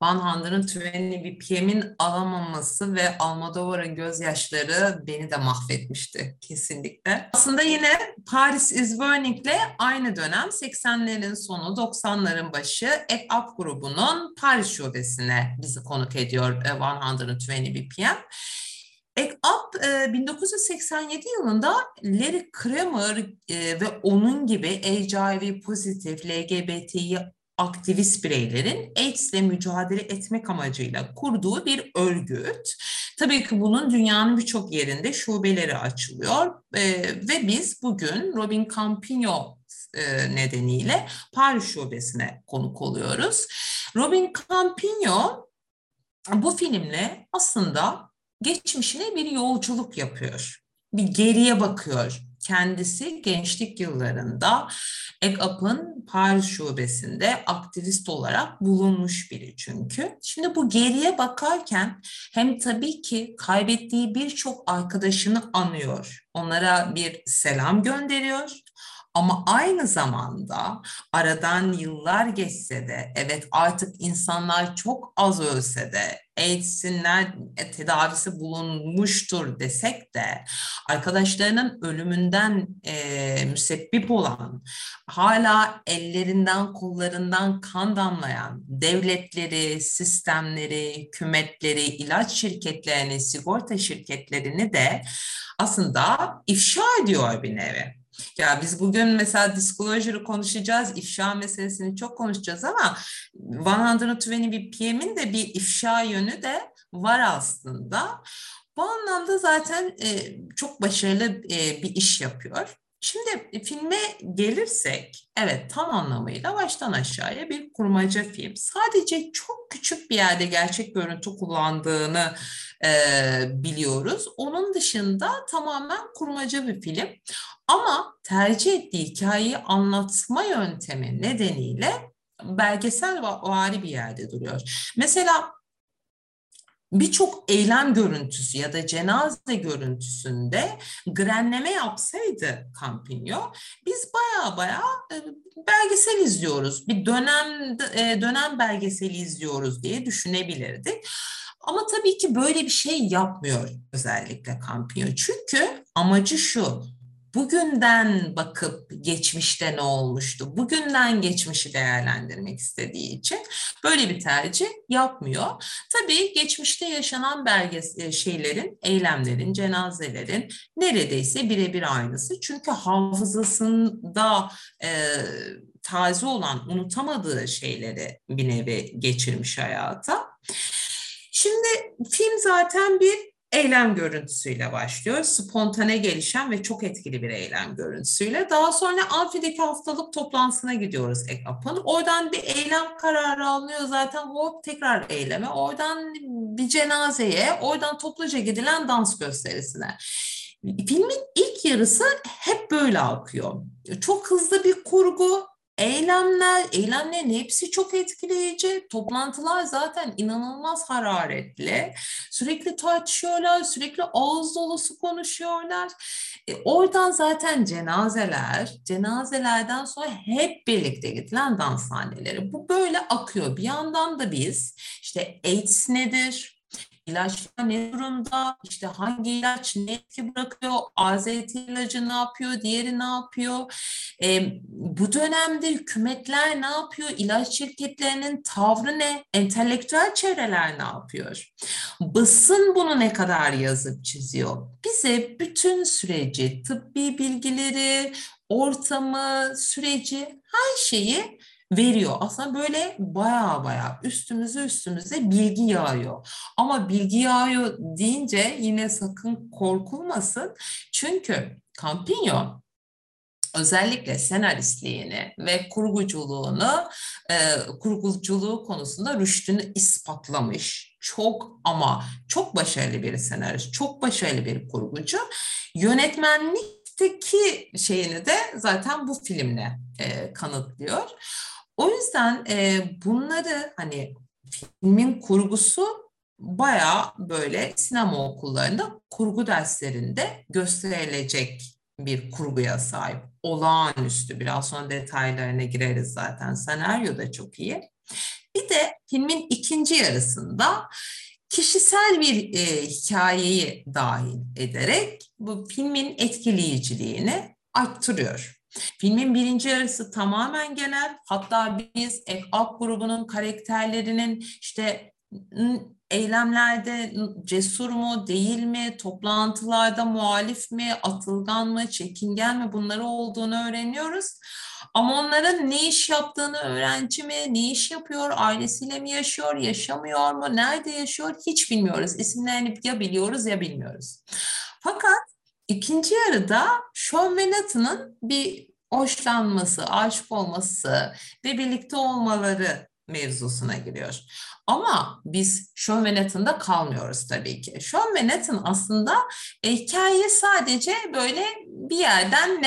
120 BPM'in alamaması ve Almodovar'ın gözyaşları beni de mahvetmişti kesinlikle. Aslında yine Paris is Burning'le aynı dönem 80'lerin sonu 90'ların başı Act Up grubunun Paris şubesine bizi konuk ediyor 120 BPM. Act Up 1987 yılında Larry Kramer ve onun gibi HIV pozitif LGBTİ aktivist bireylerin AIDS'le mücadele etmek amacıyla kurduğu bir örgüt. Tabii ki bunun dünyanın birçok yerinde şubeleri açılıyor ve biz bugün Robin Campillo nedeniyle Paris şubesine konuk oluyoruz. Robin Campillo bu filmle aslında geçmişine bir yolculuk yapıyor. Bir geriye bakıyor. Kendisi gençlik yıllarında EGAP'ın Paris şubesinde aktivist olarak bulunmuş biri çünkü. Şimdi bu geriye bakarken hem tabii ki kaybettiği birçok arkadaşını anıyor. Onlara bir selam gönderiyor. Ama aynı zamanda aradan yıllar geçse de evet artık insanlar çok az ölse de AIDS'in tedavisi bulunmuştur desek de arkadaşlarının ölümünden müsebbip olan hala ellerinden kollarından kan damlayan devletleri, sistemleri, hükümetleri, ilaç şirketlerini, sigorta şirketlerini de aslında ifşa ediyor bir nevi. Ya biz bugün mesela disclosure'ı konuşacağız, ifşa meselesini çok konuşacağız ama 120 BPM'in de bir ifşa yönü de var aslında. Bu anlamda zaten çok başarılı bir iş yapıyor. Şimdi filme gelirsek, evet tam anlamıyla baştan aşağıya bir kurmaca film. Sadece çok küçük bir yerde gerçek görüntü kullandığını biliyoruz. Onun dışında tamamen kurmaca bir film. Ama tercih ettiği hikayeyi anlatma yöntemi nedeniyle belgesel vari bir yerde duruyor. Mesela birçok eylem görüntüsü ya da cenaze görüntüsünde grenleme yapsaydı Campino, biz baya belgesel izliyoruz. Bir dönem belgeseli izliyoruz diye düşünebilirdik. Ama tabii ki böyle bir şey yapmıyor özellikle Campino. Çünkü amacı şu: bugünden bakıp geçmişte ne olmuştu, bugünden geçmişi değerlendirmek istediği için böyle bir tercih yapmıyor. Tabii geçmişte yaşanan şeylerin, eylemlerin, cenazelerin neredeyse birebir aynısı. Çünkü hafızasında taze olan, unutamadığı şeyleri bir nevi geçirmiş hayata. Şimdi film zaten bir eylem görüntüsüyle başlıyor. Spontane gelişen ve çok etkili bir eylem görüntüsüyle. Daha sonra Amfi'deki haftalık toplantısına gidiyoruz EGAP'ın. Oradan bir eylem kararı alınıyor zaten, hop tekrar eyleme. Oradan bir cenazeye, oradan topluca gidilen dans gösterisine. Filmin ilk yarısı hep böyle akıyor. Çok hızlı bir kurgu. Eylemlerin hepsi çok etkileyici. Toplantılar zaten inanılmaz hararetli. Sürekli tartışıyorlar, sürekli ağız dolusu konuşuyorlar. Oradan zaten cenazelerden sonra hep birlikte gidilen dans sahneleri. Bu böyle akıyor. Bir yandan da biz işte AIDS nedir? İlaçlar ne durumda? İşte hangi ilaç ne etki bırakıyor? AZT ilacı ne yapıyor? Diğeri ne yapıyor? Bu dönemde hükümetler ne yapıyor? İlaç şirketlerinin tavrı ne? Entelektüel çevreler ne yapıyor? Basın bunu ne kadar yazıp çiziyor? Bize bütün süreci, tıbbi bilgileri, ortamı, süreci, her şeyi veriyor. Aslında böyle baya üstümüze bilgi yağıyor. Ama bilgi yağıyor deyince yine sakın korkulmasın. Çünkü Campino özellikle senaristliğini ve kurguculuğu konusunda rüştünü ispatlamış. Çok ama çok başarılı bir senarist, çok başarılı bir kurgucu. Yönetmenlikteki şeyini de zaten bu filmle kanıtlıyor. O yüzden bunları hani filmin kurgusu bayağı böyle sinema okullarında kurgu derslerinde gösterilecek bir kurguya sahip. Olağanüstü. Biraz sonra detaylarına gireriz zaten. Senaryo da çok iyi. Bir de filmin ikinci yarısında kişisel bir hikayeyi dahil ederek bu filmin etkileyiciliğini arttırıyor. Filmin birinci yarısı tamamen genel. Hatta biz F-Up grubunun karakterlerinin işte eylemlerde cesur mu, değil mi, toplantılarda muhalif mi, atılgan mı, çekingen mi bunları olduğunu öğreniyoruz. Ama onların ne iş yaptığını, öğrenci mi, ne iş yapıyor, ailesiyle mi yaşıyor, yaşamıyor mu, nerede yaşıyor hiç bilmiyoruz. İsimlerini ya biliyoruz ya bilmiyoruz. Fakat ikinci yarıda Sean ve Nathan'ın bir hoşlanması, aşık olması ve birlikte olmaları mevzusuna giriyor. Ama biz Sean ve Nathan'da kalmıyoruz tabii ki. Sean ve Nathan aslında hikaye sadece böyle bir yerden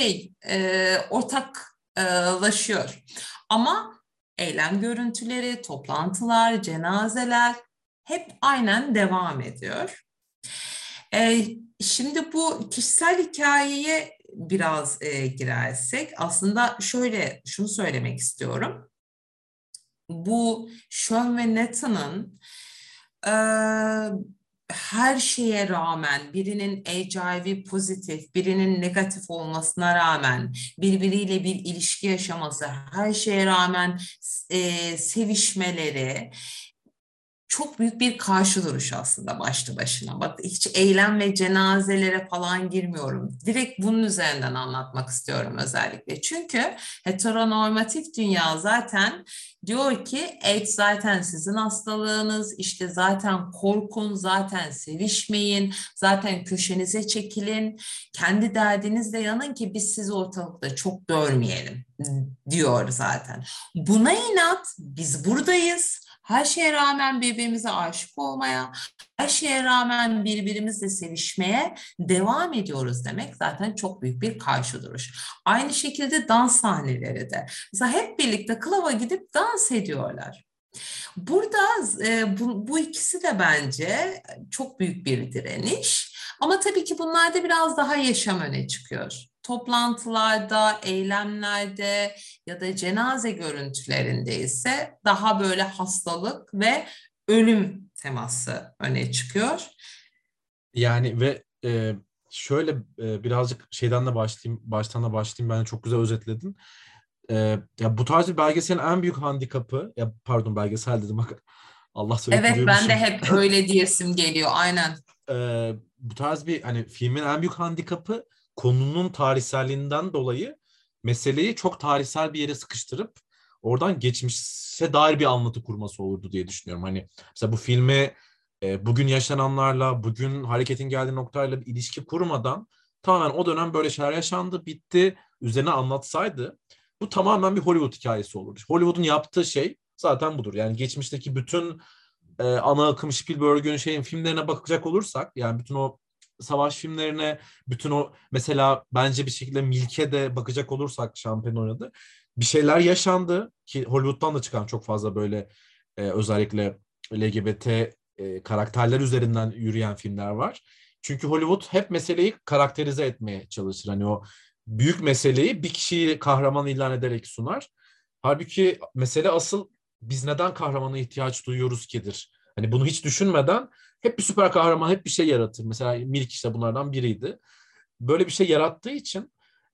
ortaklaşıyor. Ama eylem görüntüleri, toplantılar, cenazeler hep aynen devam ediyor. E, Şimdi bu kişisel hikayeye biraz girersek aslında şöyle şunu söylemek istiyorum. Bu Sean ve Nathan'ın e, her şeye rağmen birinin HIV pozitif, birinin negatif olmasına rağmen birbiriyle bir ilişki yaşaması, her şeye rağmen sevişmeleri çok büyük bir karşı duruş aslında başlı başına. Bak hiç eylem ve cenazelere falan girmiyorum. Direkt bunun üzerinden anlatmak istiyorum özellikle. Çünkü heteronormatif dünya zaten diyor ki AIDS zaten sizin hastalığınız, işte zaten korkun, zaten sevişmeyin, zaten köşenize çekilin, kendi derdinizle yanın ki biz sizi ortalıkta çok görmeyelim diyor zaten. Buna inat biz buradayız. Her şeye rağmen birbirimize aşık olmaya, her şeye rağmen birbirimizle sevişmeye devam ediyoruz demek zaten çok büyük bir karşı duruş. Aynı şekilde dans sahneleri de. Mesela hep birlikte klaba gidip dans ediyorlar. Burada bu ikisi de bence çok büyük bir direniş. Ama tabii ki bunlarda biraz daha yaşam öne çıkıyor. Toplantılarda, eylemlerde ya da cenaze görüntülerinde ise daha böyle hastalık ve ölüm teması öne çıkıyor. Yani ve şöyle birazcık şeyden de baştan da başlayayım. Bence çok güzel özetledin. Ya bu tarz bir belgeselin en büyük handikapı, ya pardon belgesel dedim bak Allah Evet, ben de söylettiriyormuşum. hep öyle diyesim geliyor, aynen. Bu tarz bir hani filmin en büyük handikapı konunun tarihselliğinden dolayı meseleyi çok tarihsel bir yere sıkıştırıp oradan geçmişe dair bir anlatı kurması olurdu diye düşünüyorum. Hani mesela bu filmi bugün yaşananlarla, bugün hareketin geldiği noktayla bir ilişki kurmadan tamamen o dönem böyle şeyler yaşandı, bitti, üzerine anlatsaydı bu tamamen bir Hollywood hikayesi olurdu. Hollywood'un yaptığı şey zaten budur. Yani geçmişteki bütün ana akım Spielberg'ün filmlerine bakacak olursak yani bütün o savaş filmlerine, bütün o mesela bence bir şekilde Milk'e de bakacak olursak Champagne oynadı. Bir şeyler yaşandı ki Hollywood'dan da çıkan çok fazla böyle özellikle LGBT karakterler üzerinden yürüyen filmler var. Çünkü Hollywood hep meseleyi karakterize etmeye çalışır. Hani o büyük meseleyi bir kişiyi kahraman ilan ederek sunar. Halbuki mesele asıl biz neden kahramana ihtiyaç duyuyoruz kidir. Hani bunu hiç düşünmeden hep bir süper kahraman, hep bir şey yaratır. Mesela Milk işte bunlardan biriydi. Böyle bir şey yarattığı için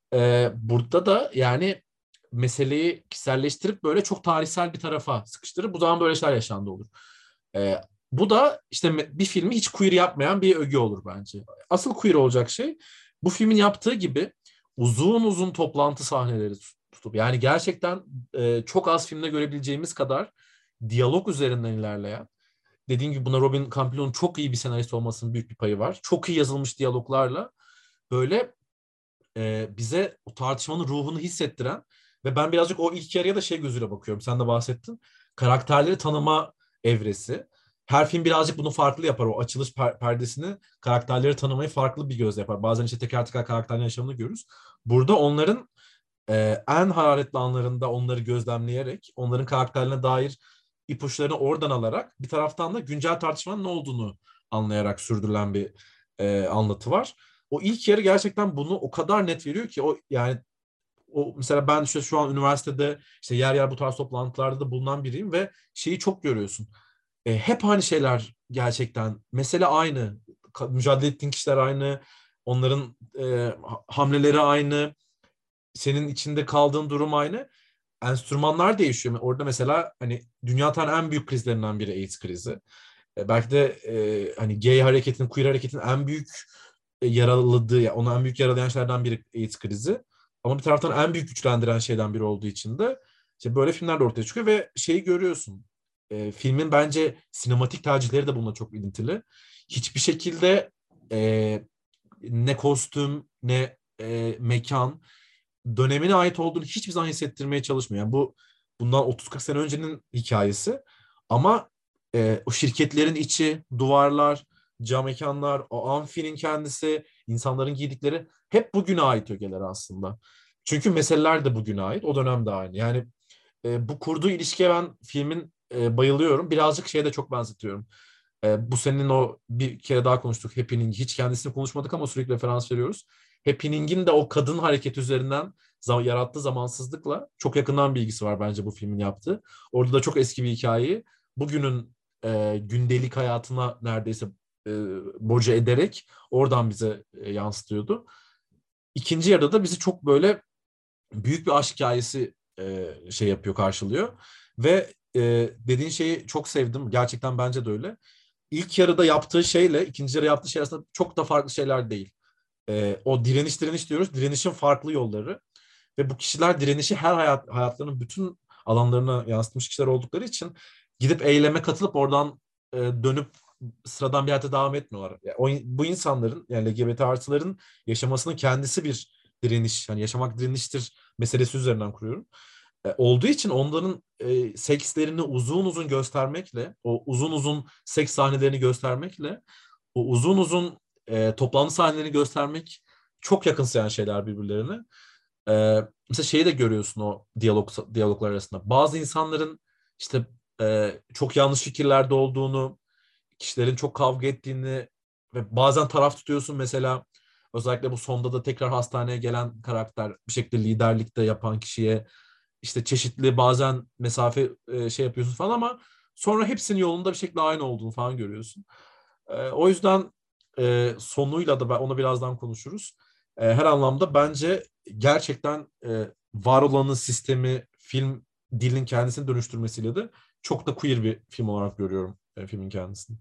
burada da yani meseleyi kişiselleştirip böyle çok tarihsel bir tarafa sıkıştırıp bu zaman böyle şeyler yaşandı olur. E, Bu da işte bir filmi hiç queer yapmayan bir öge olur bence. Asıl queer olacak şey bu filmin yaptığı gibi uzun uzun toplantı sahneleri tutup yani gerçekten çok az filmde görebileceğimiz kadar diyalog üzerinden ilerleyen. Dediğim gibi buna Robin Campillo'nun çok iyi bir senarist olmasının büyük bir payı var. Çok iyi yazılmış diyaloglarla böyle bize o tartışmanın ruhunu hissettiren ve ben birazcık o ilk yarıya da şey gözüyle bakıyorum. Sen de bahsettin. Karakterleri tanıma evresi. Her film birazcık bunu farklı yapar. O açılış perdesini, karakterleri tanımayı farklı bir gözle yapar. Bazen işte teker teker karakterlerin yaşamını görürüz. Burada onların en hararetli anlarında onları gözlemleyerek, onların karakterlerine dair ipuçlarını oradan alarak, bir taraftan da güncel tartışmanın ne olduğunu anlayarak sürdürülen bir anlatı var. O ilk yarı gerçekten bunu o kadar net veriyor ki, o yani o mesela ben işte şu an üniversitede işte yer yer bu tarz toplantılarda da bulunan biriyim ve şeyi çok görüyorsun. Hep aynı şeyler gerçekten. Mesele aynı. Mücadele ettiğin kişiler aynı. Onların hamleleri aynı. Senin içinde kaldığın durum aynı. Enstrümanlar değişiyor. Orada mesela hani dünya tarihinin en büyük krizlerinden biri AIDS krizi. Belki de hani gay hareketin, queer hareketin en büyük yaraladığı, yani onu en büyük yaralayan şeylerden biri AIDS krizi. Ama bir taraftan en büyük güçlendiren şeyden biri olduğu için de işte böyle filmler de ortaya çıkıyor ve şeyi görüyorsun. Filmin bence sinematik tercihleri de bununla çok ilintili. Hiçbir şekilde ne kostüm ne mekan dönemine ait olduğunu hiçbir zaman hissettirmeye çalışmıyor. Yani bundan 30-40 sene öncenin hikayesi. Ama o şirketlerin içi, duvarlar, cam mekanlar, o amfinin kendisi, insanların giydikleri hep bugüne ait ögeler aslında. Çünkü meseleler de bugüne ait, o dönem de aynı. Yani bu kurduğu ilişkiye ben filmin bayılıyorum. Birazcık şeye de çok benzetiyorum. Bu senin o bir kere daha konuştuk Happening. Hiç kendisini konuşmadık ama sürekli referans veriyoruz. Happening'in de o kadın hareketi üzerinden yarattığı zamansızlıkla çok yakından bir ilgisi var bence bu filmin yaptığı. Orada da çok eski bir hikayeyi bugünün gündelik hayatına neredeyse e, boca ederek oradan bize yansıtıyordu. İkinci yarıda da bizi çok böyle büyük bir aşk hikayesi şey yapıyor, karşılıyor. Ve dediğin şeyi çok sevdim. Gerçekten bence de öyle. İlk yarıda yaptığı şeyle ikinci yarıda yaptığı şey arasında çok da farklı şeyler değil. O direniş diyoruz. Direnişin farklı yolları. Ve bu kişiler direnişi her hayatlarının bütün alanlarına yansıtmış kişiler oldukları için gidip eyleme katılıp oradan dönüp sıradan bir hayata devam etmiyorlar. Yani bu insanların, yani LGBT artıların yaşamasının kendisi bir direniş. Yani yaşamak direniştir meselesi üzerinden kuruyorum. Olduğu için onların sekslerini uzun uzun göstermekle, o uzun uzun seks sahnelerini göstermekle, o uzun uzun toplantı sahnelerini göstermek çok yakınsayan şeyler birbirlerine. Mesela şeyi de görüyorsun o diyaloglar arasında. Bazı insanların işte çok yanlış fikirlerde olduğunu, kişilerin çok kavga ettiğini ve bazen taraf tutuyorsun. Mesela özellikle bu sonda da tekrar hastaneye gelen karakter bir şekilde liderlik de yapan kişiye işte çeşitli bazen mesafe şey yapıyorsun falan ama sonra hepsinin yolunda bir şekilde aynı olduğunu falan görüyorsun. O yüzden sonuyla da onu birazdan konuşuruz. Her anlamda bence gerçekten var olanın sistemi, film dilin kendisini dönüştürmesiyle de çok da queer bir film olarak görüyorum filmin kendisini.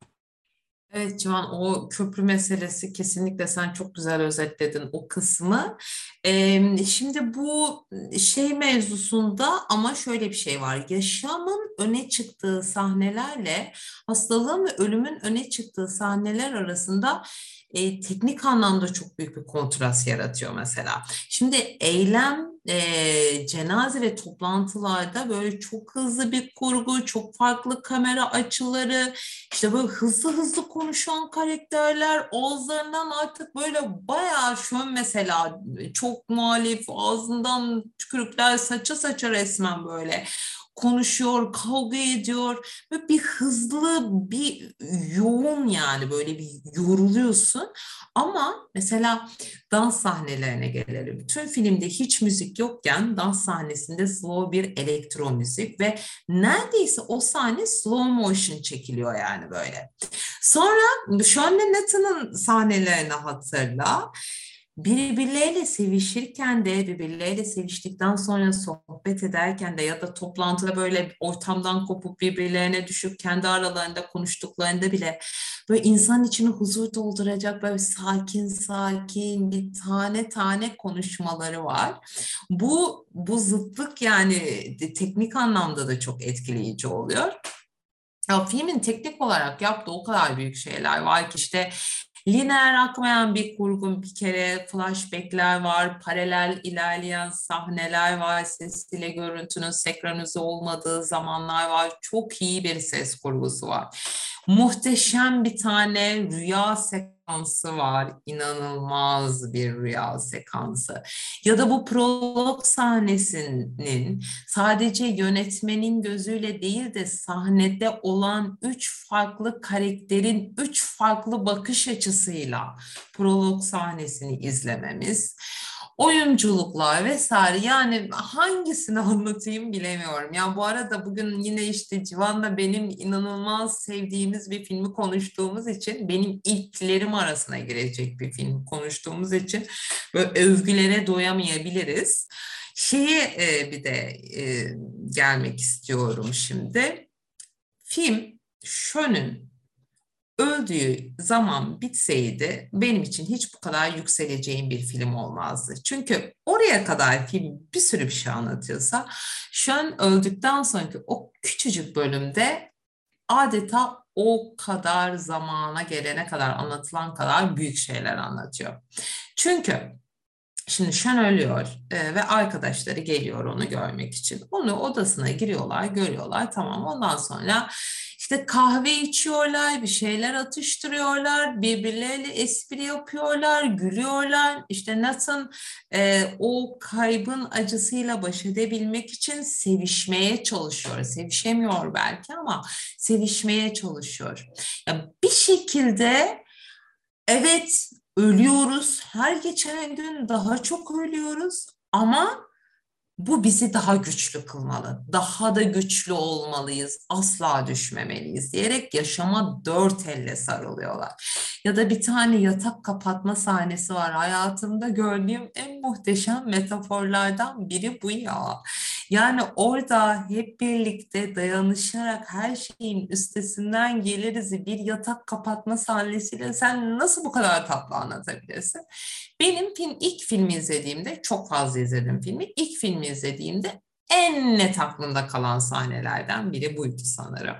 Evet Civan, o köprü meselesi kesinlikle sen çok güzel özetledin o kısmı. Şimdi bu şey mevzusunda ama şöyle bir şey var. Yaşamın öne çıktığı sahnelerle hastalığın ve ölümün öne çıktığı sahneler arasında teknik anlamda çok büyük bir kontrast yaratıyor mesela. Şimdi eylem, cenaze ve toplantılarda böyle çok hızlı bir kurgu, çok farklı kamera açıları, işte böyle hızlı hızlı konuşan karakterler, ağızlarından artık böyle bayağı şu an mesela çok muhalif, ağzından tükürükler saça saça resmen böyle konuşuyor, kavga ediyor ve bir hızlı, bir yoğun, yani böyle bir yoruluyorsun. Ama mesela dans sahnelerine gelelim. Tüm filmde hiç müzik yokken dans sahnesinde slow bir elektro müzik ve neredeyse o sahne slow motion çekiliyor yani böyle. Sonra Sean'le Nathan'ın sahnelerini hatırla. Birbirleriyle sevişirken de, birbirleriyle seviştikten sonra sohbet ederken de ya da toplantıda böyle ortamdan kopup birbirlerine düşüp kendi aralarında konuştuklarında bile böyle insanın içini huzur dolduracak böyle sakin sakin bir tane tane konuşmaları var. Bu zıtlık yani teknik anlamda da çok etkileyici oluyor. Ya filmin teknik olarak yaptığı o kadar büyük şeyler var ki işte Lineer akmayan bir kurgu, bir kere flashbackler var, paralel ilerleyen sahneler var, ses ile görüntünün senkronize olmadığı zamanlar var. Çok iyi bir ses kurgusu var. Muhteşem bir tane rüya sekansı var. İnanılmaz bir rüya sekansı. Ya da bu prolog sahnesinin sadece yönetmenin gözüyle değil de sahnede olan üç farklı karakterin üç farklı bakış açısıyla prolog sahnesini izlememiz, oyunculuklar vesaire, yani hangisini anlatayım bilemiyorum. Ya bu arada bugün yine işte Civan'la benim inanılmaz sevdiğimiz bir filmi konuştuğumuz için, benim ilklerim arasına girecek bir film konuştuğumuz için böyle övgülere doyamayabiliriz. Bir de gelmek istiyorum şimdi. Film Schön'ün öldüğü zaman bitseydi benim için hiç bu kadar yükseleceğim bir film olmazdı. Çünkü oraya kadar film bir sürü bir şey anlatıyorsa, Schön öldükten sonraki o küçücük bölümde adeta o kadar zamana gelene kadar anlatılan kadar büyük şeyler anlatıyor. Çünkü şimdi Şen ölüyor ve arkadaşları geliyor onu görmek için. Onu odasına giriyorlar, görüyorlar. Tamam, ondan sonra işte kahve içiyorlar, bir şeyler atıştırıyorlar, birbirleriyle espri yapıyorlar, gülüyorlar. İşte Nathan o kaybın acısıyla baş edebilmek için sevişmeye çalışıyor. Sevişemiyor belki ama sevişmeye çalışıyor. Ya bir şekilde, evet, ölüyoruz. Her geçen gün daha çok ölüyoruz ama bu bizi daha güçlü kılmalı. Daha da güçlü olmalıyız. Asla düşmemeliyiz diyerek yaşama dört elle sarılıyorlar. Ya da bir tane yatak kapatma sahnesi var. Hayatımda gördüğüm en muhteşem metaforlardan biri bu ya. Yani orada hep birlikte dayanışarak her şeyin üstesinden geliriz bir yatak kapatma sahnesiyle sen nasıl bu kadar tatlı anlatabilirsin? Benim ilk filmi izlediğimde, çok fazla izledim filmi. İlk filmi izlediğimde en net aklımda kalan sahnelerden biri buydu sanırım.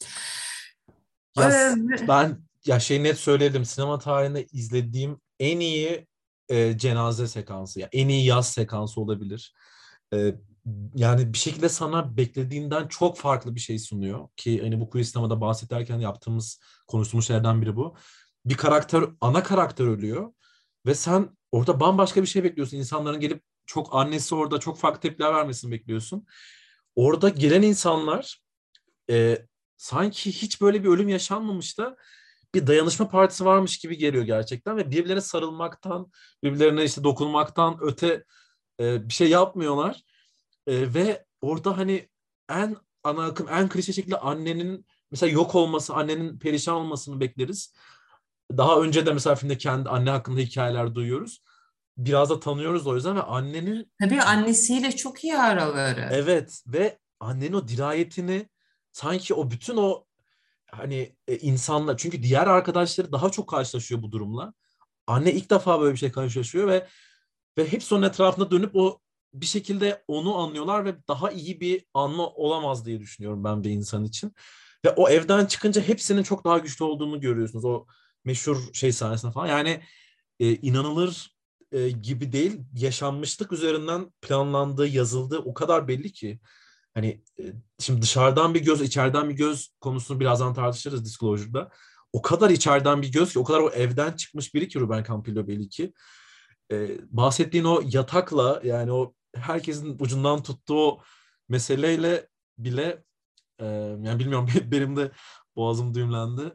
Ya ben ya şey net söyledim, sinema tarihinde izlediğim en iyi cenaze sekansı, ya en iyi yaz sekansı olabilir. E, Yani bir şekilde sana beklediğinden çok farklı bir şey sunuyor ki hani bu queer sinemada bahsederken yaptığımız, konuştuğumuz şeylerden biri bu. Bir karakter, ana karakter ölüyor ve sen orada bambaşka bir şey bekliyorsun. İnsanların gelip, çok annesi orada çok farklı tepkiler vermesini bekliyorsun. Orada gelen insanlar e, sanki hiç böyle bir ölüm yaşanmamış da bir dayanışma partisi varmış gibi geliyor gerçekten ve birbirlerine sarılmaktan, birbirlerine işte dokunmaktan öte bir şey yapmıyorlar. Ve orada hani en ana akım, en klişe şekilde annenin mesela yok olması, annenin perişan olmasını bekleriz. Daha önce de mesela filmde kendi anne hakkında hikayeler duyuyoruz. Biraz da tanıyoruz o yüzden ve annenin, Tabii annesiyle çok iyi araları. evet, ve annenin o dirayetini, sanki o bütün o hani insanlar, çünkü diğer arkadaşları daha çok karşılaşıyor bu durumla. Anne ilk defa böyle bir şey karşılaşıyor ve hepsi onun etrafında dönüp o bir şekilde onu anlıyorlar ve daha iyi bir anma olamaz diye düşünüyorum ben bir insan için. Ve o evden çıkınca hepsinin çok daha güçlü olduğunu görüyorsunuz. O meşhur şey sahnesinde falan. Yani inanılır gibi değil. Yaşanmışlık üzerinden planlandığı, yazıldığı o kadar belli ki. Hani şimdi dışarıdan bir göz, içeriden bir göz konusunu birazdan tartışırız Disclosure'da. O kadar içeriden bir göz ki, o kadar o evden çıkmış biri ki Ruben Campillo belli ki. Bahsettiğin o yatakla, yani o herkesin ucundan tuttuğu o meseleyle bile yani bilmiyorum, benim de boğazım düğümlendi.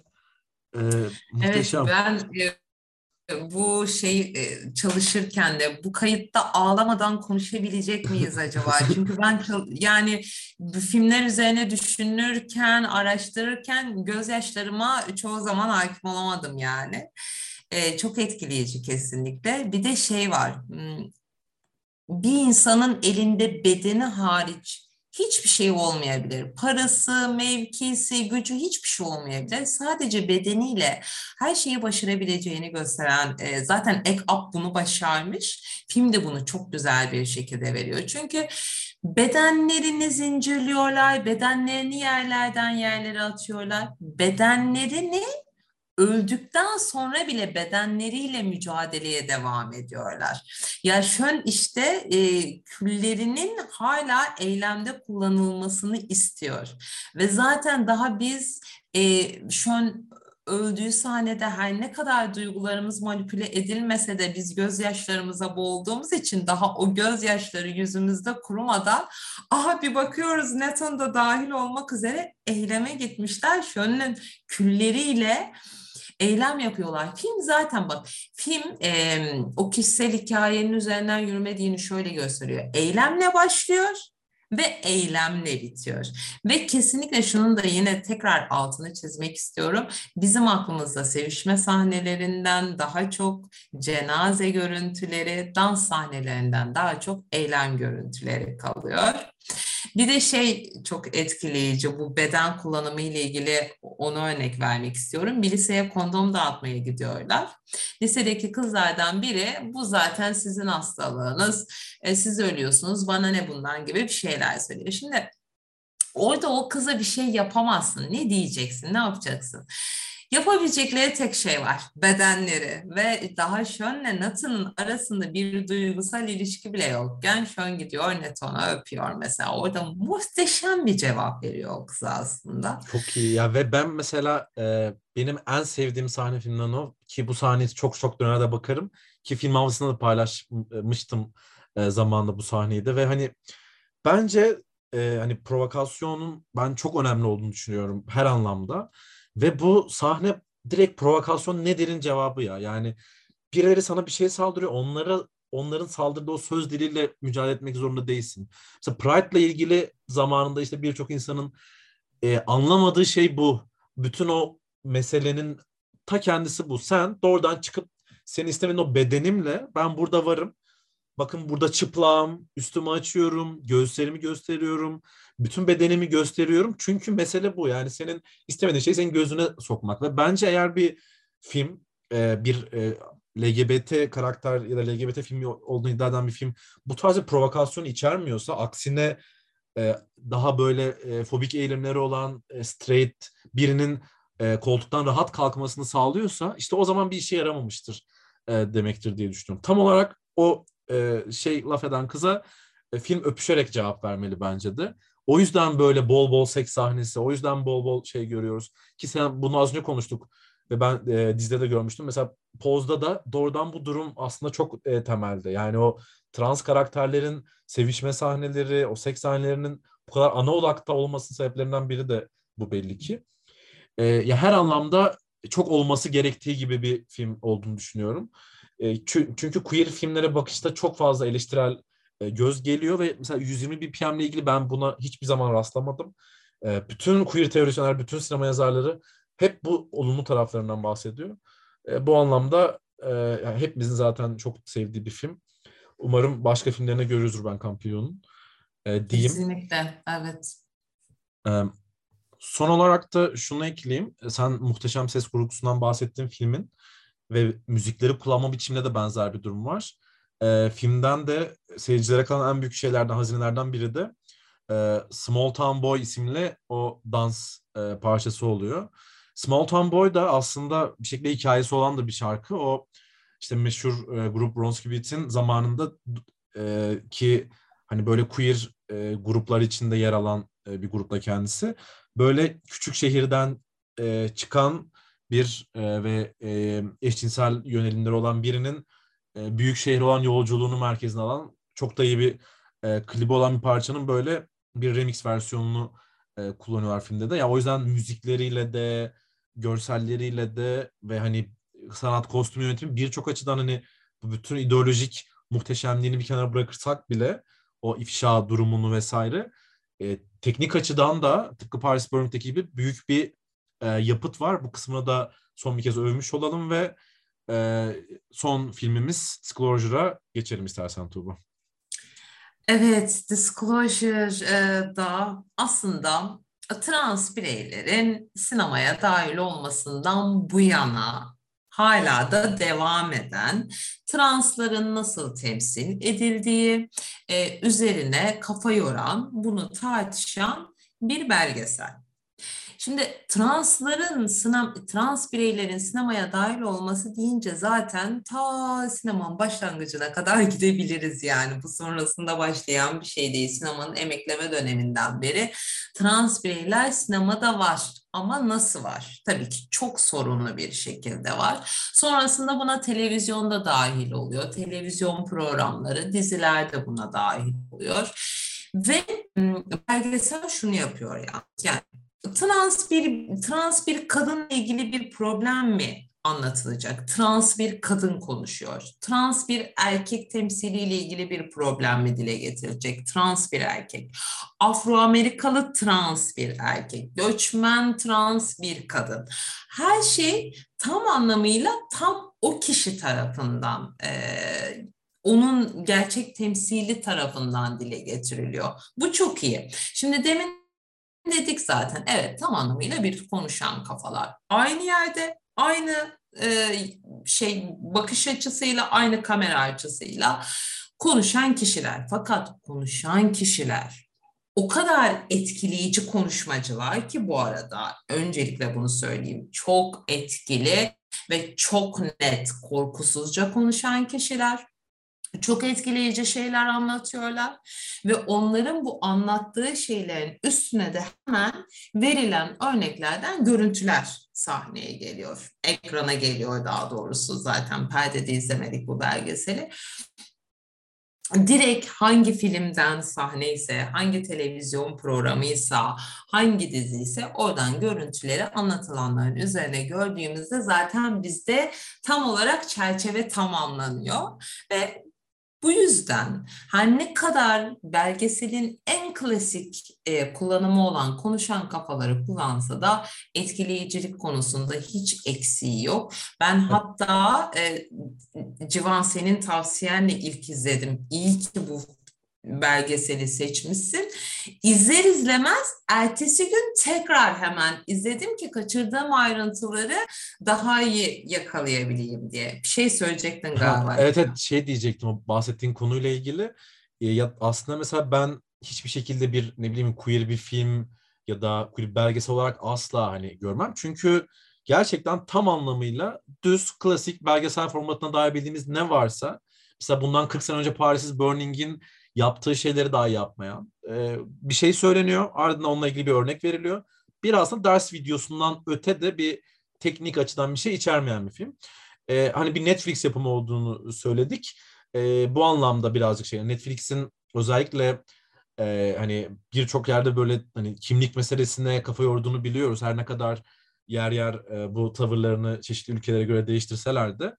Evet, Muhteşem. ben bu çalışırken de bu kayıtta ağlamadan konuşabilecek miyiz acaba? Çünkü ben yani bu filmler üzerine düşünürken, araştırırken gözyaşlarıma çoğu zaman hakim olamadım yani. Çok etkileyici kesinlikle. Bir de şey var. Bir insanın elinde bedeni hariç hiçbir şey olmayabilir. Parası, mevkisi, gücü, hiçbir şey olmayabilir. Sadece bedeniyle her şeyi başarabileceğini gösteren, zaten Ek Up bunu başarmış. Film de bunu çok güzel bir şekilde veriyor. Çünkü bedenlerini zincirliyorlar, bedenlerini yerlerden yerlere atıyorlar. Bedenlerini öldükten sonra bile bedenleriyle mücadeleye devam ediyorlar. Ya Schön işte küllerinin hala eylemde kullanılmasını istiyor. Ve zaten daha biz Schön öldüğü sahnede her ne kadar duygularımız manipüle edilmese de biz gözyaşlarımıza boğulduğumuz için daha o gözyaşları yüzümüzde kurumadan bir bakıyoruz Nathan da dahil olmak üzere eyleme gitmişler. Schön'ün külleriyle eylem yapıyorlar. Film zaten bak, film o kişisel hikayenin üzerinden yürümediğini şöyle gösteriyor. Eylemle başlıyor ve eylemle bitiyor. Ve kesinlikle şunun da yine tekrar altını çizmek istiyorum. Bizim aklımızda sevişme sahnelerinden daha çok cenaze görüntüleri, dans sahnelerinden daha çok eylem görüntüleri kalıyor. Bir de çok etkileyici, bu beden kullanımı ile ilgili onu örnek vermek istiyorum. Bir liseye kondom dağıtmaya gidiyorlar. Lisedeki kızlardan biri bu zaten sizin hastalığınız, siz ölüyorsunuz bana ne bundan gibi bir şeyler söylüyor. Şimdi orada o kıza bir şey yapamazsın. Ne diyeceksin, ne yapacaksın? Yapabilecekleri tek şey var, bedenleri ve daha Schön'le Nathan'ın arasında bir duygusal ilişki bile yokken Schön gidiyor Nathan'ı öpüyor mesela. Orada muhteşem bir cevap veriyor o kıza aslında. Çok iyi ya, ve ben mesela benim en sevdiğim sahne filmden o ki bu sahneyi çok çok dönerde bakarım ki film havasında da paylaşmıştım zamanında bu sahneyi de ve hani bence hani provokasyonun ben çok önemli olduğunu düşünüyorum her anlamda ve bu sahne direkt provokasyon nedir'in cevabı ya. Yani birileri sana bir şey saldırıyor, onların saldırdığı o söz diliyle mücadele etmek zorunda değilsin. Mesela Pride'la ilgili zamanında işte birçok insanın anlamadığı şey bu. Bütün o meselenin ta kendisi bu. Sen doğrudan çıkıp senin istemediğin o bedenimle ben burada varım. Bakın burada çıplağım, üstümü açıyorum, göğüslerimi gösteriyorum, bütün bedenimi gösteriyorum. Çünkü mesele bu. Yani senin istemediğin şey senin gözüne sokmak. Ve bence eğer bir film, bir LGBT karakter ya da LGBT filmi olduğunu iddia eden bir film bu tarz bir provokasyon içermiyorsa, aksine daha böyle fobik eğilimleri olan straight birinin koltuktan rahat kalkmasını sağlıyorsa işte o zaman bir işe yaramamıştır demektir diye düşünüyorum. Tam olarak o laf eden kıza film öpüşerek cevap vermeli bence de. O yüzden böyle bol bol seks sahnesi, o yüzden bol bol şey görüyoruz. Ki sen bunu az önce konuştuk ve ben dizide de görmüştüm. Mesela Poz'da da doğrudan bu durum aslında çok temelde. Yani o trans karakterlerin sevişme sahneleri, o seks sahnelerinin bu kadar ana odakta olmasının sebeplerinden biri de bu belli ki. Ya her anlamda çok olması gerektiği gibi bir film olduğunu düşünüyorum. Çünkü queer filmlere bakışta çok fazla eleştirel göz geliyor ve mesela 120 BPM ile ilgili ben buna hiçbir zaman rastlamadım. Bütün queer teorisyenler, bütün sinema yazarları hep bu olumlu taraflarından bahsediyor. Bu anlamda yani hepimizin zaten çok sevdiği bir film. Umarım başka filmlerine görürüz Ben Campion'un diyeyim. Kesinlikle, evet. E, Son olarak da şunu ekleyeyim. Sen Muhteşem Ses Kurgusu'ndan bahsettiğin filmin ve müzikleri kullanma biçiminde de benzer bir durum var. Filmden de seyircilere kalan en büyük şeylerden, hazinelerden biri de Small Town Boy isimli o dans parçası oluyor. Small Town Boy da aslında bir şekilde hikayesi olan da bir şarkı. O işte meşhur grup Bronski Beats'in zamanında ki hani böyle queer gruplar içinde yer alan bir grupta kendisi. Böyle küçük şehirden çıkan bir ve eşcinsel yönelimleri olan birinin büyük şehir olan yolculuğunu merkezine alan çok da iyi bir klibi olan bir parçanın böyle bir remix versiyonunu kullanıyorlar filmde de. Ya o yüzden müzikleriyle de, görselleriyle de ve hani sanat kostüm yönetimi birçok açıdan hani bu bütün ideolojik muhteşemliğini bir kenara bırakırsak bile o ifşa durumunu vesaire teknik açıdan da tıpkı Paris Burns gibi büyük bir yapıt var. Bu kısmına da son bir kez övmüş olalım ve son filmimiz Disclosure'a geçelim istersen Tuğba. Evet, Disclosure da aslında trans bireylerin sinemaya dahil olmasından bu yana hala da devam eden transların nasıl temsil edildiği üzerine kafa yoran, bunu tartışan bir belgesel. Şimdi trans bireylerin sinemaya dahil olması deyince zaten ta sinemanın başlangıcına kadar gidebiliriz yani. Bu sonrasında başlayan bir şey değil. Sinemanın emekleme döneminden beri trans bireyler sinemada var. Ama nasıl var? Tabii ki çok sorunlu bir şekilde var. Sonrasında buna televizyonda dahil oluyor. Televizyon programları, diziler de buna dahil oluyor. Ve belgesel şunu yapıyor yani. Yani trans bir kadınla ilgili bir problem mi anlatılacak? Trans bir kadın konuşuyor. Trans bir erkek temsiliyle ilgili bir problem mi dile getirecek? Trans bir erkek. Afro-Amerikalı trans bir erkek. Göçmen trans bir kadın. Her şey tam anlamıyla tam o kişi tarafından onun gerçek temsili tarafından dile getiriliyor. Bu çok iyi. Şimdi demin dedik zaten. Evet, tam anlamıyla bir konuşan kafalar. Aynı yerde, aynı bakış açısıyla, aynı kamera açısıyla konuşan kişiler. Fakat konuşan kişiler o kadar etkileyici konuşmacılar ki bu arada öncelikle bunu söyleyeyim. Çok etkili ve çok net, korkusuzca konuşan kişiler. Çok etkileyici şeyler anlatıyorlar ve onların bu anlattığı şeylerin üstüne de hemen verilen örneklerden görüntüler sahneye geliyor. Ekrana geliyor daha doğrusu, zaten perdede izlemedik bu belgeseli. Direkt hangi filmden sahne ise, hangi televizyon programıysa, hangi dizi ise oradan görüntüleri anlatılanların üzerine gördüğümüzde zaten bizde tam olarak çerçeve tamamlanıyor ve bu yüzden her ne kadar belgeselin en klasik kullanımı olan konuşan kafaları kullansa da etkileyicilik konusunda hiç eksiği yok. Ben hatta Civan, senin tavsiyenle ilk izledim. İyi ki bu belgeseli seçmişsin. İzler izlemez ertesi gün tekrar hemen izledim ki kaçırdığım ayrıntıları daha iyi yakalayabileyim diye. Bir şey söyleyecektin galiba. Evet, evet, şey diyecektim o bahsettiğin konuyla ilgili. Ya aslında mesela ben hiçbir şekilde bir ne bileyim queer bir film ya da queer bir belgesel olarak asla hani görmem. Çünkü gerçekten tam anlamıyla düz klasik belgesel formatına dair bildiğimiz ne varsa, mesela bundan 40 sene önce Paris is Burning'in yaptığı şeyleri daha iyi yapmayan bir şey söyleniyor. Ardından onunla ilgili bir örnek veriliyor. Bir aslında ders videosundan öte de bir teknik açıdan bir şey içermeyen bir film. Hani bir Netflix yapımı olduğunu söyledik. Bu anlamda birazcık şey. Netflix'in özellikle hani birçok yerde böyle hani kimlik meselesine kafa yorduğunu biliyoruz. Her ne kadar yer yer bu tavırlarını çeşitli ülkelere göre değiştirseler de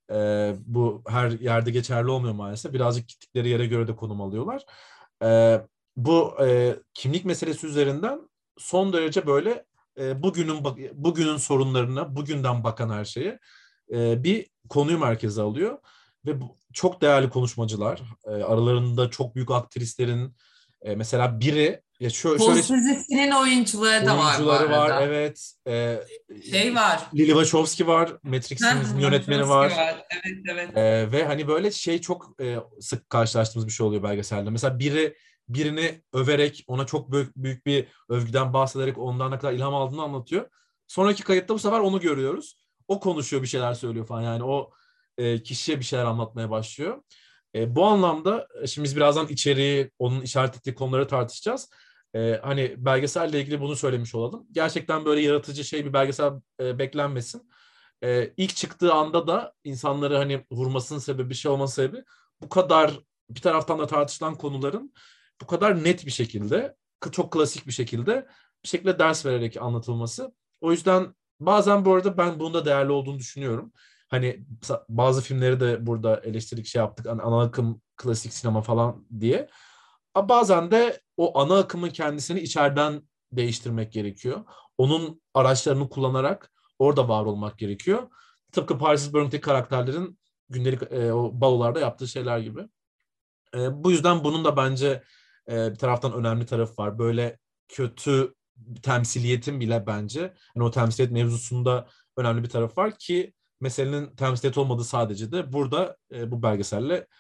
bu her yerde geçerli olmuyor maalesef. Birazcık gittikleri yere göre de konum alıyorlar. E, Bu kimlik meselesi üzerinden son derece böyle bugünün sorunlarına, bugünden bakan her şeye bir konuyu merkeze alıyor ve çok değerli konuşmacılar, aralarında çok büyük aktrislerin, mesela biri ya şöyle Post dizisinin oyuncuları da var bu oyuncuları var, arada. evet, Şey var. Lily Wachowski var, Matrix'in yönetmeni Wachowski var. var. Evet, evet. Ve hani böyle şey çok sık karşılaştığımız bir şey oluyor belgeselde. Mesela birini överek, ona çok büyük bir övgüden bahsederek ondan ne kadar ilham aldığını anlatıyor. Sonraki kayıtta bu sefer onu görüyoruz. O konuşuyor, bir şeyler söylüyor falan. Yani o kişiye bir şeyler anlatmaya başlıyor. Bu anlamda şimdi biz birazdan içeriği, onun işaret ettiği konuları tartışacağız. Hani belgeselle ilgili bunu söylemiş olalım. Gerçekten böyle yaratıcı şey bir belgesel beklenmesin. İlk çıktığı anda da insanları hani vurmasının sebebi, bir şey olmasının sebebi bu kadar bir taraftan da tartışılan konuların bu kadar net bir şekilde, çok klasik bir şekilde ders vererek anlatılması. O yüzden bazen bu arada ben bunun da değerli olduğunu düşünüyorum. Hani bazı filmleri de burada eleştirdik, şey yaptık, ana akım klasik sinema falan diye. Ama bazen de o ana akımın kendisini içeriden değiştirmek gerekiyor. Onun araçlarını kullanarak orada var olmak gerekiyor. Tıpkı Paris is Burning'deki karakterlerin gündelik o balolarda yaptığı şeyler gibi. Bu yüzden bunun da bence bir taraftan önemli tarafı var. Böyle kötü temsiliyetin bile bence hani o temsiliyet mevzusunda önemli bir tarafı var ki meselenin temsiliyet olmadığı sadece de burada bu belgeselle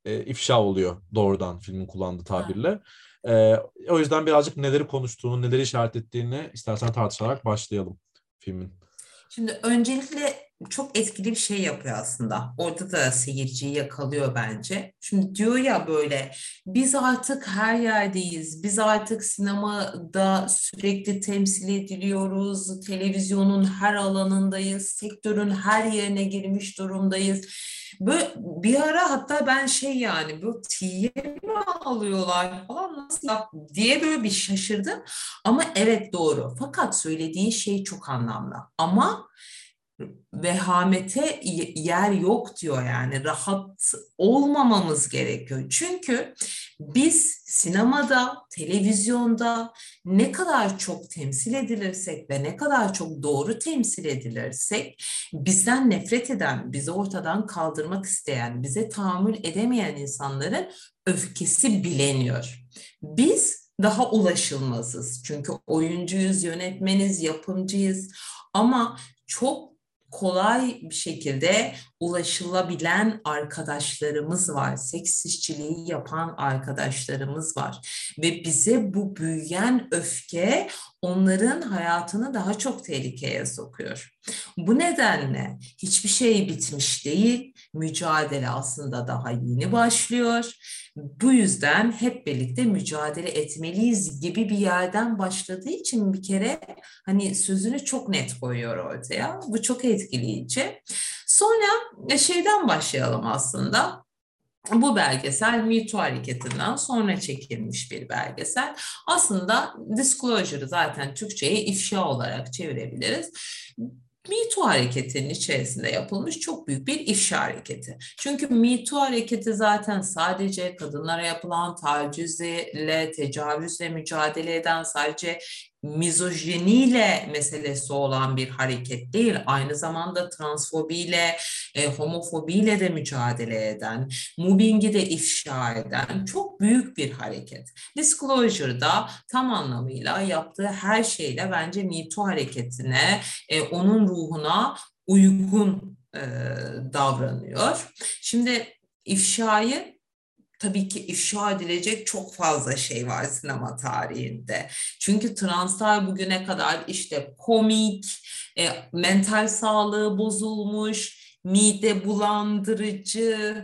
ifşa oluyor doğrudan filmin kullandığı tabirle. E, O yüzden birazcık neleri konuştuğunu, neleri işaret ettiğini istersen tartışarak başlayalım filmin. Şimdi öncelikle çok etkili bir şey yapıyor aslında. Orada da seyirciyi yakalıyor bence. Şimdi diyor ya böyle biz artık her yerdeyiz. Biz artık sinemada sürekli temsil ediliyoruz. Televizyonun her alanındayız. Sektörün her yerine girmiş durumdayız. Böyle bir ara hatta ben şey yani bu tiye mi alıyorlar falan nasıl yap diye böyle bir şaşırdım. Ama evet doğru. Fakat söylediği şey çok anlamlı. Ama vehamete yer yok diyor yani rahat olmamamız gerekiyor. Çünkü biz sinemada, televizyonda ne kadar çok temsil edilirsek ve ne kadar çok doğru temsil edilirsek bizden nefret eden, bizi ortadan kaldırmak isteyen, bize tahammül edemeyen insanların öfkesi bileniyor. Biz daha ulaşılmazız. Çünkü oyuncuyuz, yönetmeniz, yapımcıyız. Ama çok kolay bir şekilde ulaşılabilen arkadaşlarımız var. Seks işçiliği yapan arkadaşlarımız var. Ve bize bu büyüyen öfke onların hayatını daha çok tehlikeye sokuyor. Bu nedenle hiçbir şey bitmiş değil. Mücadele aslında daha yeni başlıyor. Bu yüzden hep birlikte mücadele etmeliyiz gibi bir yerden başladığı için bir kere hani sözünü çok net koyuyor ortaya. Bu çok etkileyici. Sonra şeyden başlayalım aslında. Bu belgesel Me Too hareketinden sonra çekilmiş bir belgesel. Aslında disclosure'ı zaten Türkçe'ye ifşa olarak çevirebiliriz. Me Too hareketinin içerisinde yapılmış çok büyük bir ifşa hareketi. Çünkü Me Too hareketi zaten sadece kadınlara yapılan tacizle, tecavüzle mücadele eden, sadece mizojeniyle meselesi olan bir hareket değil. Aynı zamanda transfobiyle, homofobiyle de mücadele eden, mobbingi de ifşa eden çok büyük bir hareket. Disclosure'da tam anlamıyla yaptığı her şeyle bence Me Too hareketine, onun ruhuna uygun davranıyor. Şimdi ifşayı tabii ki ifşa edilecek çok fazla şey var sinema tarihinde. Çünkü translar bugüne kadar işte komik, mental sağlığı bozulmuş, mide bulandırıcı,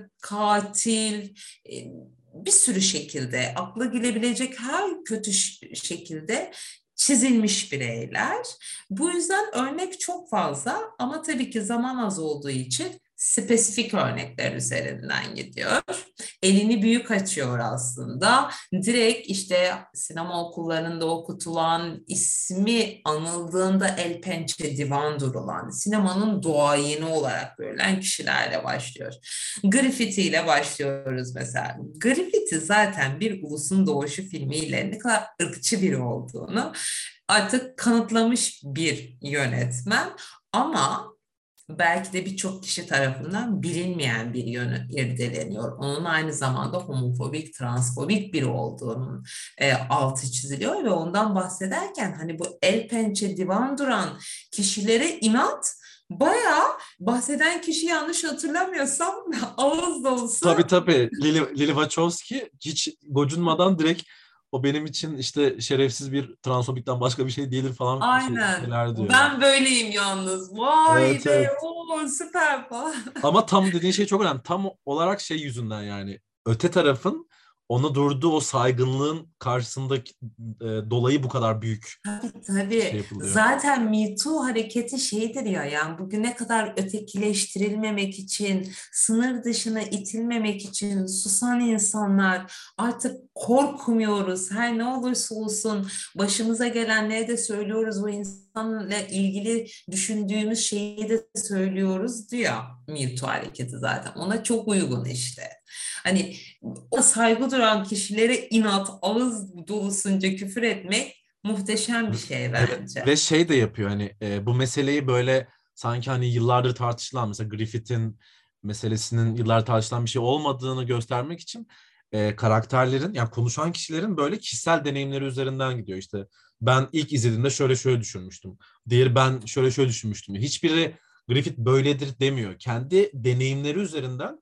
katil, e, bir sürü şekilde akla gelebilecek her kötü şekilde çizilmiş bireyler. Bu yüzden örnek çok fazla ama tabii ki zaman az olduğu için spesifik örnekler üzerinden gidiyor. Elini büyük açıyor aslında. Direkt işte sinema okullarında okutulan, ismi anıldığında el pençe divan durulan, sinemanın doğayeni olarak görülen kişilerle başlıyor. Graffiti ile başlıyoruz mesela. Graffiti zaten bir ulusun doğuşu filmiyle ne kadar ırkçı biri olduğunu artık kanıtlamış bir yönetmen. Ama belki de birçok kişi tarafından bilinmeyen bir yönü irdeleniyor. Onun aynı zamanda homofobik, transfobik biri olduğunun altı çiziliyor ve ondan bahsederken hani bu el pençe divan duran kişilere inat bayağı bahseden kişi yanlış hatırlamıyorsam ağız Tabii dolusu. tabii. Lili Wachowski hiç gocunmadan direkt o benim için işte şerefsiz bir transfobikten başka bir şey değildir falan Aynen. şeyler diyor yani. Ben böyleyim yalnız. Vay Evet, be, evet. o süper falan. Ama tam dediğin şey çok önemli. Tam olarak şey yüzünden yani öte tarafın ona durduğu o saygınlığın karşısındaki dolayı bu kadar büyük Tabii şey tabii. yapılıyor. Zaten Me Too hareketi şeydir ya yani bugüne kadar ötekileştirilmemek için, sınır dışına itilmemek için susan insanlar artık korkmuyoruz. Her ne olursa olsun başımıza gelenleri de söylüyoruz. O insanla ilgili düşündüğümüz şeyi de söylüyoruz diyor Me Too hareketi zaten. Ona çok uygun işte. Hani o saygı duran kişilere inat, ağız dolusunca küfür etmek muhteşem bir şey Evet bence. ve şey de yapıyor hani bu meseleyi böyle sanki hani yıllardır tartışılan mesela Griffith'in meselesinin yıllardır tartışılan bir şey olmadığını göstermek için karakterlerin yani konuşan kişilerin böyle kişisel deneyimleri üzerinden gidiyor işte ben ilk izlediğimde şöyle şöyle düşünmüştüm. Diğeri ben şöyle şöyle düşünmüştüm. Hiçbiri Griffith böyledir demiyor. Kendi deneyimleri üzerinden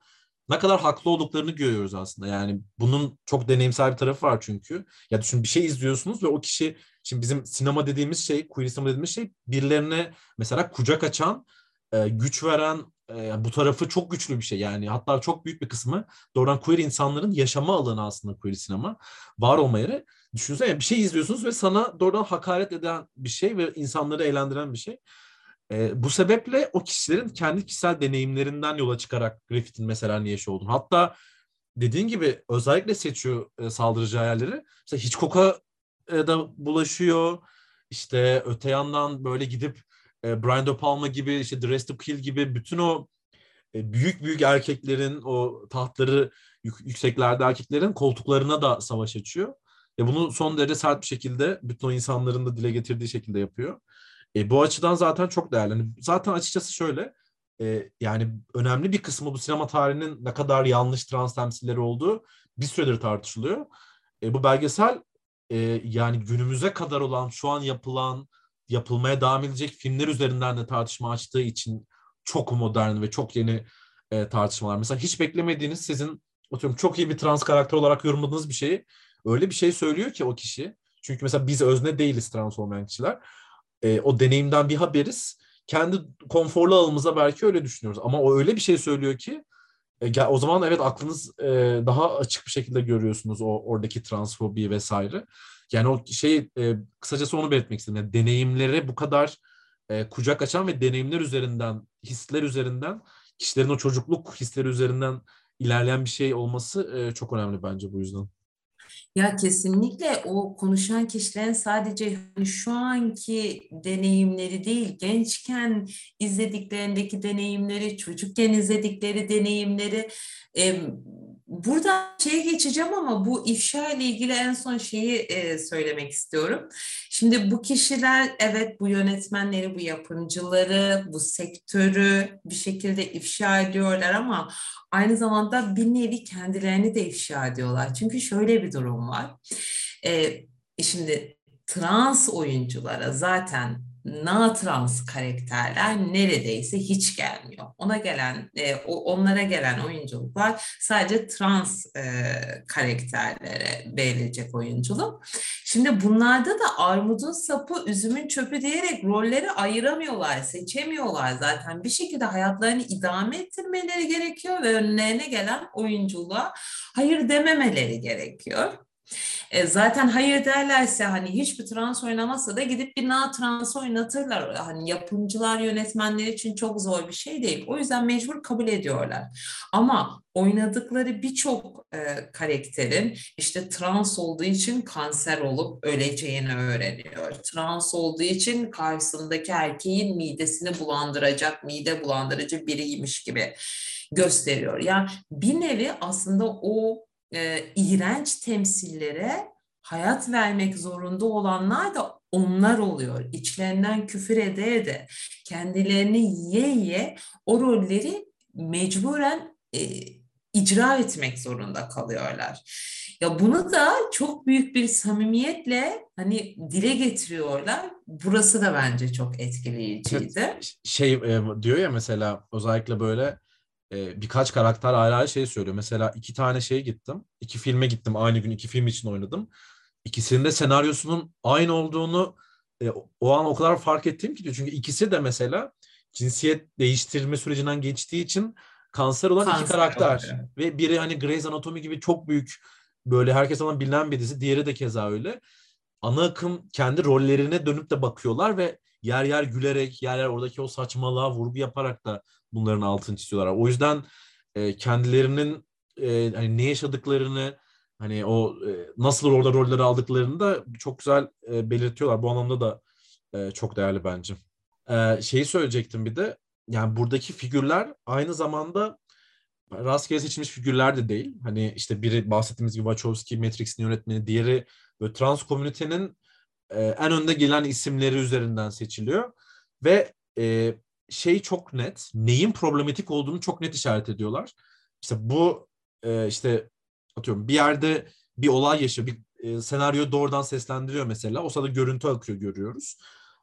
ne kadar haklı olduklarını görüyoruz aslında. Yani bunun çok deneyimsel bir tarafı var çünkü. Ya düşün, bir şey izliyorsunuz ve o kişi, şimdi bizim sinema dediğimiz şey, queer sinema dediğimiz şey birilerine mesela kucak açan, güç veren, bu tarafı çok güçlü bir şey. Yani hatta çok büyük bir kısmı doğrudan queer insanların yaşama alanı aslında queer sinema. Var olma yeri. Düşünsene, bir şey izliyorsunuz ve sana doğrudan hakaret eden bir şey ve insanları eğlendiren bir şey. Bu sebeple o kişilerin kendi kişisel deneyimlerinden yola çıkarak Griffith'in mesela niye şey olduğunu. Hatta dediğin gibi özellikle seçiyor saldıracağı yerleri. Mesela Hitchcock'a da bulaşıyor. İşte öte yandan böyle gidip Brian De Palma gibi, işte Dressed to Kill gibi bütün o büyük büyük erkeklerin, o tahtları yükseklerde erkeklerin koltuklarına da savaş açıyor. Bunu son derece sert bir şekilde bütün o insanların da dile getirdiği şekilde yapıyor. Bu açıdan zaten çok değerli. Yani zaten açıkçası şöyle, yani önemli bir kısmı bu sinema tarihinin ne kadar yanlış trans temsilleri olduğu bir süredir tartışılıyor. Bu belgesel yani günümüze kadar olan, şu an yapılan, yapılmaya devam edecek filmler üzerinden de tartışma açtığı için çok modern ve çok yeni tartışmalar. Mesela hiç beklemediğiniz, sizin atıyorum çok iyi bir trans karakter olarak yorumladığınız bir şeyi öyle bir şey söylüyor ki o kişi. Çünkü mesela biz özne değiliz trans olmayan kişiler. O deneyimden bir haberiz. Kendi konforlu alanımıza belki öyle düşünüyoruz. Ama o öyle bir şey söylüyor ki o zaman evet, aklınız daha açık bir şekilde görüyorsunuz o oradaki transfobi vesaire. Yani o şey, kısacası onu belirtmek istedim. Yani deneyimlere bu kadar kucak açan ve deneyimler üzerinden, hisler üzerinden, kişilerin o çocukluk hisleri üzerinden ilerleyen bir şey olması çok önemli bence bu yüzden. Ya kesinlikle o konuşan kişilerin sadece hani şu anki deneyimleri değil, gençken izlediklerindeki deneyimleri, çocukken izledikleri deneyimleri. e, Burada şeye geçeceğim ama bu ifşa ile ilgili en son şeyi söylemek istiyorum. Şimdi bu kişiler, evet, bu yönetmenleri, bu yapımcıları, bu sektörü bir şekilde ifşa ediyorlar ama aynı zamanda bir nevi kendilerini de ifşa ediyorlar. Çünkü şöyle bir durum var. Ee, Şimdi trans oyunculara zaten na trans karakterler neredeyse hiç gelmiyor. Onlara gelen oyunculuklar sadece trans karakterlere verilecek oyunculuk. Şimdi bunlarda da armudun sapı, üzümün çöpü diyerek rolleri ayıramıyorlar, seçemiyorlar zaten. Bir şekilde hayatlarını idame ettirmeleri gerekiyor ve önlerine gelen oyunculuğa hayır dememeleri gerekiyor. Zaten hayır derlerse hani hiçbir trans oynamazsa da gidip bir na trans oynatırlar. Hani yapımcılar, yönetmenler için çok zor bir şey değil. O yüzden mecbur kabul ediyorlar. Ama oynadıkları birçok karakterin işte trans olduğu için kanser olup öleceğini öğreniyor. Trans olduğu için karşısındaki erkeğin midesini bulandıracak, mide bulandırıcı biriymiş gibi gösteriyor. Yani bir nevi aslında o iğrenç temsillere hayat vermek zorunda olanlar da onlar oluyor. İçlerinden küfür ede ede, kendilerini yiye yiye o rolleri mecburen icra etmek zorunda kalıyorlar. Ya bunu da çok büyük bir samimiyetle hani dile getiriyorlar. Burası da bence çok Evet, etkileyiciydi. şey diyor ya mesela, özellikle böyle birkaç karakter ayrı ayrı şey söylüyor. Mesela iki tane şeye gittim. İki filme gittim. Aynı gün iki film için oynadım. İkisinin de senaryosunun aynı olduğunu o an o kadar fark ettim ki diyor. Çünkü ikisi de mesela cinsiyet değiştirme sürecinden geçtiği için kanser olan iki Kanser karakter. oluyor. Ve biri hani Grey's Anatomy gibi çok büyük, böyle herkes olan bilinen bir dizi. Diğeri de keza öyle. Ana akım kendi rollerine dönüp de bakıyorlar ve yer yer gülerek, yer yer oradaki o saçmalığa vurgu yaparak da bunların altını çiziyorlar. O yüzden kendilerinin hani ne yaşadıklarını, hani o nasıl orada rolleri aldıklarını da çok güzel belirtiyorlar. Bu anlamda da çok değerli bence. Şeyi söyleyecektim bir de. Yani buradaki figürler aynı zamanda rastgele seçilmiş figürler de değil. Hani işte biri bahsettiğimiz gibi Wachowski, Matrix'in yönetmeni, diğeri böyle trans komünitenin en önde gelen isimleri üzerinden seçiliyor. Ve şey çok net, neyin problematik olduğunu çok net işaret ediyorlar. İşte bu işte atıyorum bir yerde bir olay yaşıyor, bir senaryo doğrudan seslendiriyor mesela. O sırada görüntü akıyor, görüyoruz.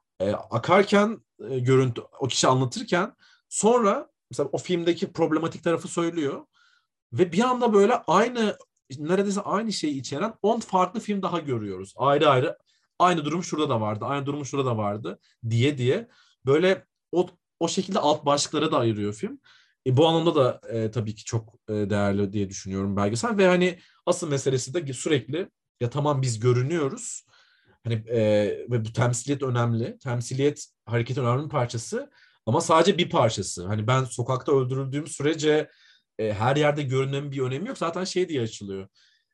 Akarken görüntü, o kişi anlatırken sonra mesela o filmdeki problematik tarafı söylüyor. Ve bir anda böyle neredeyse aynı şeyi içeren 10 farklı film daha görüyoruz. Ayrı ayrı. Aynı durum şurada da vardı. Aynı durum şurada da vardı diye. Böyle o şekilde alt başlıklara da ayırıyor film. Bu anlamda da tabii ki çok değerli diye düşünüyorum belgesel. Ve hani asıl meselesi de sürekli ya tamam biz görünüyoruz. Hani ve bu temsiliyet önemli. Temsiliyet hareketin önemli bir parçası. Ama sadece bir parçası. Hani ben sokakta öldürüldüğüm sürece her yerde görünmemin bir önemi yok. Zaten şey diye açılıyor.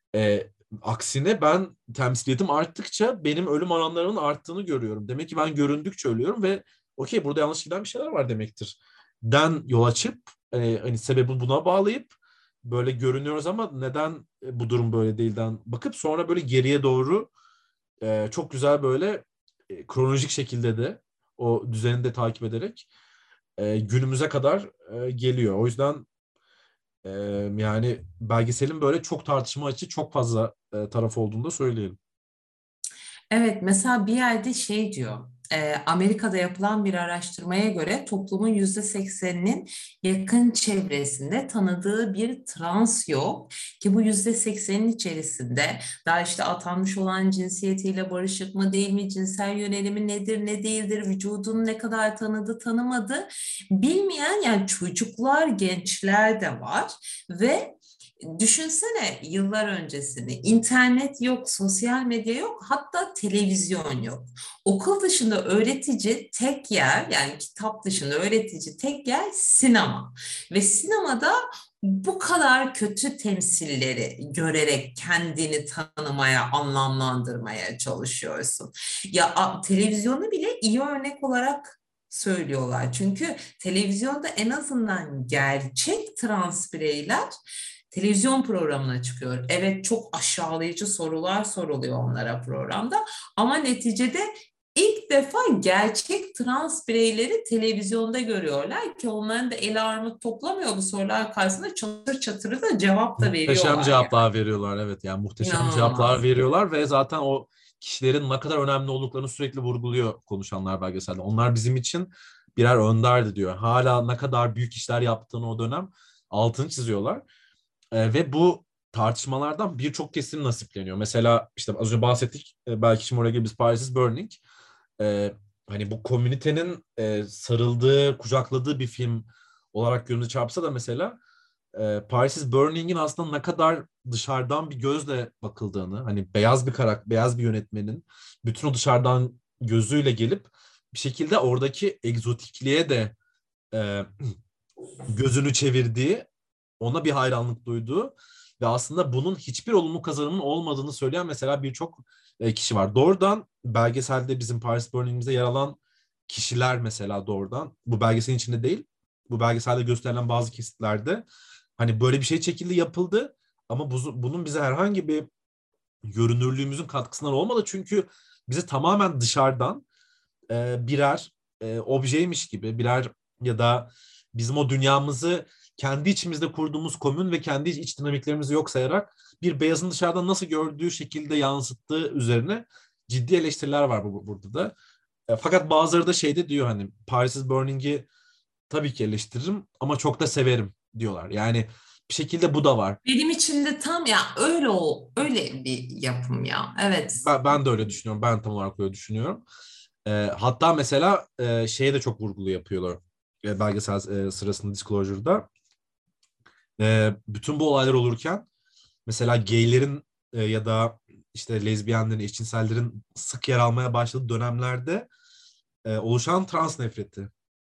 Aksine ben temsiliyetim arttıkça benim ölüm oranlarının arttığını görüyorum. Demek ki ben göründükçe ölüyorum ve okey burada yanlış giden bir şeyler var demektir. Den yol açıp hani sebebi buna bağlayıp böyle görünüyoruz ama neden bu durum böyle değilden bakıp sonra böyle geriye doğru çok güzel böyle kronolojik şekilde de o düzeni de takip ederek günümüze kadar geliyor. O yüzden ee, yani belgeselin böyle çok tartışma açığı çok fazla taraf olduğunu da söyleyelim. Evet, mesela bir yerde şey diyor, Amerika'da yapılan bir araştırmaya göre toplumun %80'inin yakın çevresinde tanıdığı bir trans yok ki bu %80'in içerisinde daha işte atanmış olan cinsiyetiyle barışık mı değil mi, cinsel yönelimi nedir ne değildir, vücudunu ne kadar tanıdı tanımadı bilmeyen yani çocuklar, gençler de var ve düşünsene yıllar öncesini. İnternet yok, sosyal medya yok, hatta televizyon yok. Okul dışında öğretici tek yer, yani kitap dışında öğretici tek yer sinema. Ve sinemada bu kadar kötü temsilleri görerek kendini tanımaya, anlamlandırmaya çalışıyorsun. Ya televizyonu bile iyi örnek olarak söylüyorlar. Çünkü televizyonda en azından gerçek trans bireyler televizyon programına çıkıyor. Evet, çok aşağılayıcı sorular soruluyor onlara programda ama neticede ilk defa gerçek trans bireyleri televizyonda görüyorlar ki onların da eli armut toplamıyor bu sorular karşısında çatır çatırı da cevap da Muhteşem veriyorlar cevaplar yani. veriyorlar, evet, yani muhteşem cevaplar İnanılmaz. veriyorlar ve zaten o kişilerin ne kadar önemli olduklarını sürekli vurguluyor konuşanlar belgeselde. Onlar bizim için birer önderdi diyor. Hala ne kadar büyük işler yaptığını o dönem altını çiziyorlar. Ve bu tartışmalardan birçok kesim nasipleniyor. Mesela işte az önce bahsettik, belki şimdi oraya biz Paris is Burning. Hani bu komünitenin sarıldığı, kucakladığı bir film olarak gözünüze çarpsa da mesela Paris is Burning'in aslında ne kadar dışarıdan bir gözle bakıldığını, hani beyaz bir yönetmenin bütün o dışarıdan gözüyle gelip bir şekilde oradaki egzotikliğe de e, gözünü çevirdiği, ona bir hayranlık duyduğu ve aslında bunun hiçbir olumlu kazanımın olmadığını söyleyen mesela birçok kişi var. Doğrudan belgeselde bizim Paris Burning'imize yer alan kişiler mesela doğrudan bu belgeselin içinde değil. Bu belgeselde gösterilen bazı kesitlerde hani böyle bir şey çekildi, yapıldı ama bunun bize herhangi bir görünürlüğümüzün katkısından olmadı. Çünkü bizi tamamen dışarıdan birer objeymiş gibi, birer ya da bizim o dünyamızı kendi içimizde kurduğumuz komün ve kendi iç dinamiklerimizi yok sayarak bir beyazın dışarıdan nasıl gördüğü şekilde yansıttığı üzerine ciddi eleştiriler var burada da. Fakat bazıları da şeyde diyor, hani Paris is Burning'i tabii ki eleştiririm ama çok da severim diyorlar. Yani bir şekilde bu da var. Benim için de tam ya öyle öyle bir yapım ya. Evet. Ben de öyle düşünüyorum. Ben tam olarak öyle düşünüyorum. Hatta mesela şeye de çok vurgulu yapıyorlar. Belgesel sırasında Disclosure'da. Bütün bu olaylar olurken mesela gaylerin ya da işte lezbiyenlerin, eşcinsellerin sık yer almaya başladığı dönemlerde oluşan trans nefreti.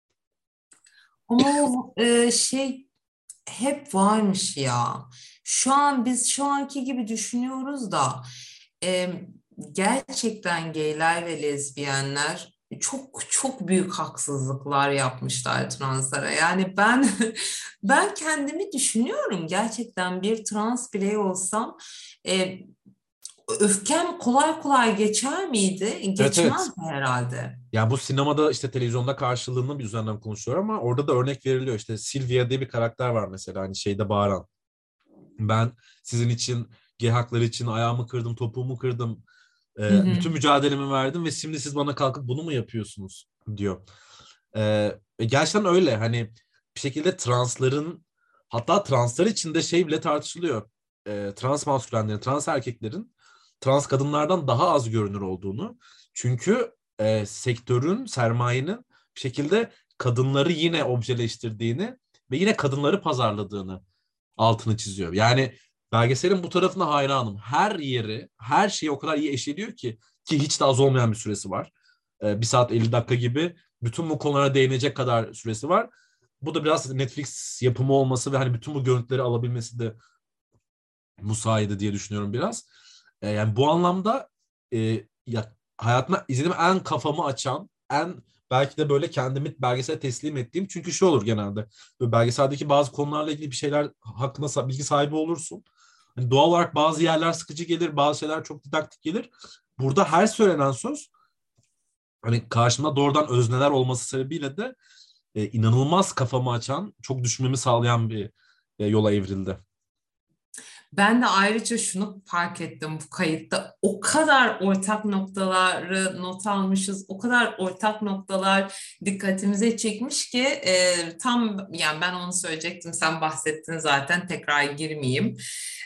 Ama o şey hep varmış ya. Şu an biz şu anki gibi düşünüyoruz da e, gerçekten geyler ve lezbiyenler çok çok büyük haksızlıklar yapmışlar translara. Yani ben ben kendimi düşünüyorum gerçekten bir trans birey olsam e, öfkem kolay kolay geçer miydi? Evet, evet. Geçmezdi herhalde. Yani bu sinemada işte televizyonda karşılığını bir üzerinden konuşuyor ama orada da örnek veriliyor. İşte Sylvia diye bir karakter var mesela, hani şeyde bağıran. Ben sizin için, gay hakları için ayağımı kırdım, topuğumu kırdım. Hı hı. Bütün mücadelemi verdim ve şimdi siz bana kalkıp bunu mu yapıyorsunuz diyor. Gerçekten öyle. Hani bir şekilde transların Hatta translar içinde şey bile tartışılıyor. Trans maskülenlerin, trans erkeklerin trans kadınlardan daha az görünür olduğunu. Çünkü sektörün, sermayenin bir şekilde kadınları yine objeleştirdiğini ve yine kadınları pazarladığını altını çiziyor. Yani belgeselin bu tarafına hayranım. Her yeri, her şeyi o kadar iyi eşeliyor ki hiç de az olmayan bir süresi var. 1 saat 50 dakika gibi bütün bu konulara değinecek kadar süresi var. Bu da biraz Netflix yapımı olması ve hani bütün bu görüntüleri alabilmesi de müsaade diye düşünüyorum biraz. Yani bu anlamda ya hayatımda izlediğim en kafamı açan, en belki de böyle kendimi belgesel teslim ettiğim. Çünkü şu olur genelde. Böyle belgeseldeki bazı konularla ilgili bir şeyler hakkında bilgi sahibi olursun. Hani doğal olarak bazı yerler sıkıcı gelir, bazı şeyler çok didaktik gelir. Burada her söylenen söz hani karşımda doğrudan özneler olması sebebiyle de inanılmaz kafamı açan, çok düşünmemi sağlayan bir yola evrildi. Ben de ayrıca şunu fark ettim bu kayıtta. O kadar ortak noktaları not almışız, o kadar ortak noktalar dikkatimize çekmiş ki tam yani ben onu söyleyecektim, sen bahsettin zaten tekrar girmeyeyim.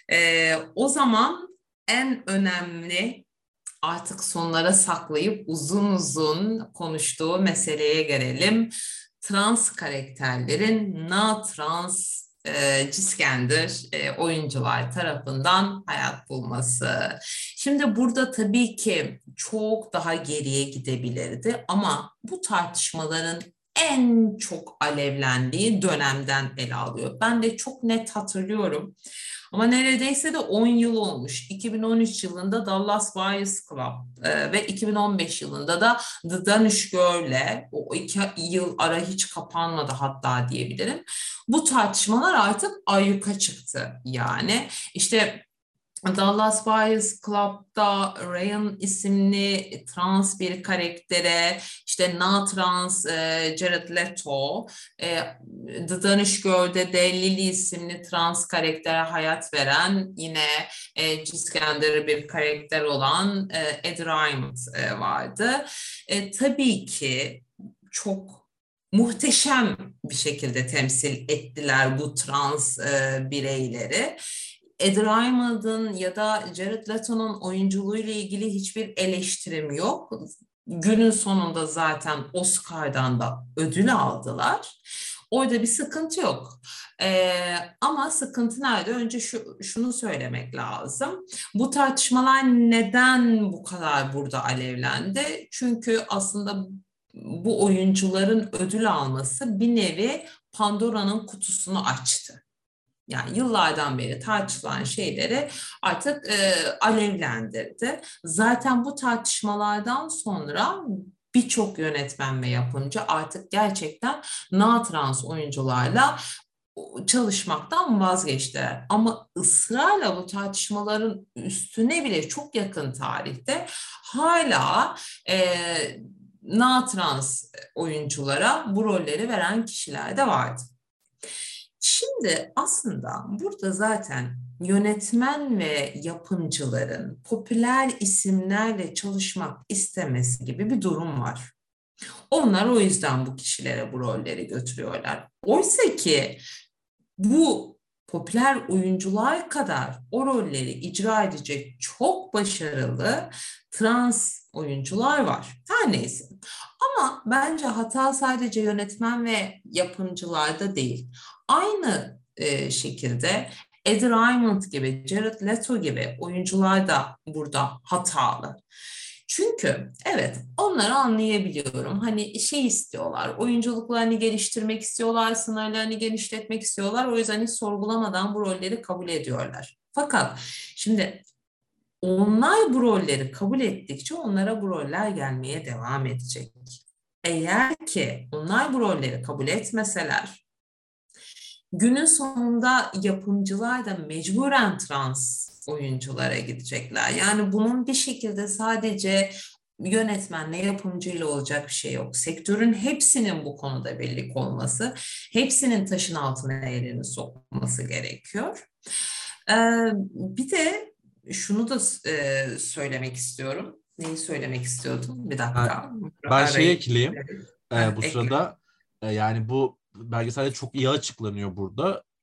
O zaman en önemli artık sonlara saklayıp uzun uzun konuştuğu meseleye gelelim. Trans karakterlerin na trans cisgender oyuncular tarafından hayat bulması. Şimdi burada tabii ki çok daha geriye gidebilirdi ama bu tartışmaların en çok alevlendiği dönemden ele alıyor. Ben de çok net hatırlıyorum. Ama neredeyse de 10 yıl olmuş. 2013 yılında Dallas Buyers Club ve 2015 yılında da The Danish Girl'le o 2 yıl ara hiç kapanmadı hatta diyebilirim. Bu tartışmalar artık ayyuka çıktı yani. İşte Dallas Buyers Club'da Ryan isimli trans bir karaktere, işte na trans Jared Leto, The Danish Girl'de de Lily isimli trans karaktere hayat veren yine cisgender bir karakter olan Ed Raymond vardı. Tabii ki çok muhteşem bir şekilde temsil ettiler bu trans bireyleri. Ed Raymond'ın ya da Jared Leto'nun oyunculuğuyla ilgili hiçbir eleştirim yok. Günün sonunda zaten Oscar'dan da ödül aldılar. Orada bir sıkıntı yok. Ama sıkıntı nerede? Önce şunu söylemek lazım. Bu tartışmalar neden bu kadar burada alevlendi? Çünkü aslında bu oyuncuların ödül alması bir nevi Pandora'nın kutusunu açtı. Yani yıllardan beri tartışılan şeyleri artık alevlendirdi. Zaten bu tartışmalardan sonra birçok yönetmen ve yapımcı artık gerçekten na-trans oyuncularla çalışmaktan vazgeçtiler. Ama ısrarla bu tartışmaların üstüne bile çok yakın tarihte hala na-trans oyunculara bu rolleri veren kişiler de vardı. Şimdi aslında burada zaten yönetmen ve yapımcıların popüler isimlerle çalışmak istemesi gibi bir durum var. Onlar o yüzden bu kişilere bu rolleri götürüyorlar. Oysa ki bu popüler oyuncular kadar o rolleri icra edecek çok başarılı trans oyuncular var. Her neyse. Ama bence hata sadece yönetmen ve yapımcılarda değil. Aynı şekilde Ed Raymond gibi, Jared Leto gibi oyuncular da burada hatalı. Çünkü evet onları anlayabiliyorum. Hani şey istiyorlar, oyunculuklarını geliştirmek istiyorlar, sınırlarını genişletmek istiyorlar. O yüzden hiç sorgulamadan bu rolleri kabul ediyorlar. Fakat şimdi onlar bu rolleri kabul ettikçe onlara bu roller gelmeye devam edecek. Eğer ki onlar bu rolleri kabul etmeseler, günün sonunda yapımcılar da mecburen trans oyunculara gidecekler. Yani bunun bir şekilde sadece yönetmenle yapımcıyla olacak bir şey yok. Sektörün hepsinin bu konuda birlik olması, hepsinin taşın altına elini sokması gerekiyor. Bir de şunu da söylemek istiyorum. Neyi söylemek istiyordum? Bir dakika. Ben şey Arayıp ekleyeyim bu ekle. sırada yani bu belgeselde çok iyi açıklanıyor burada.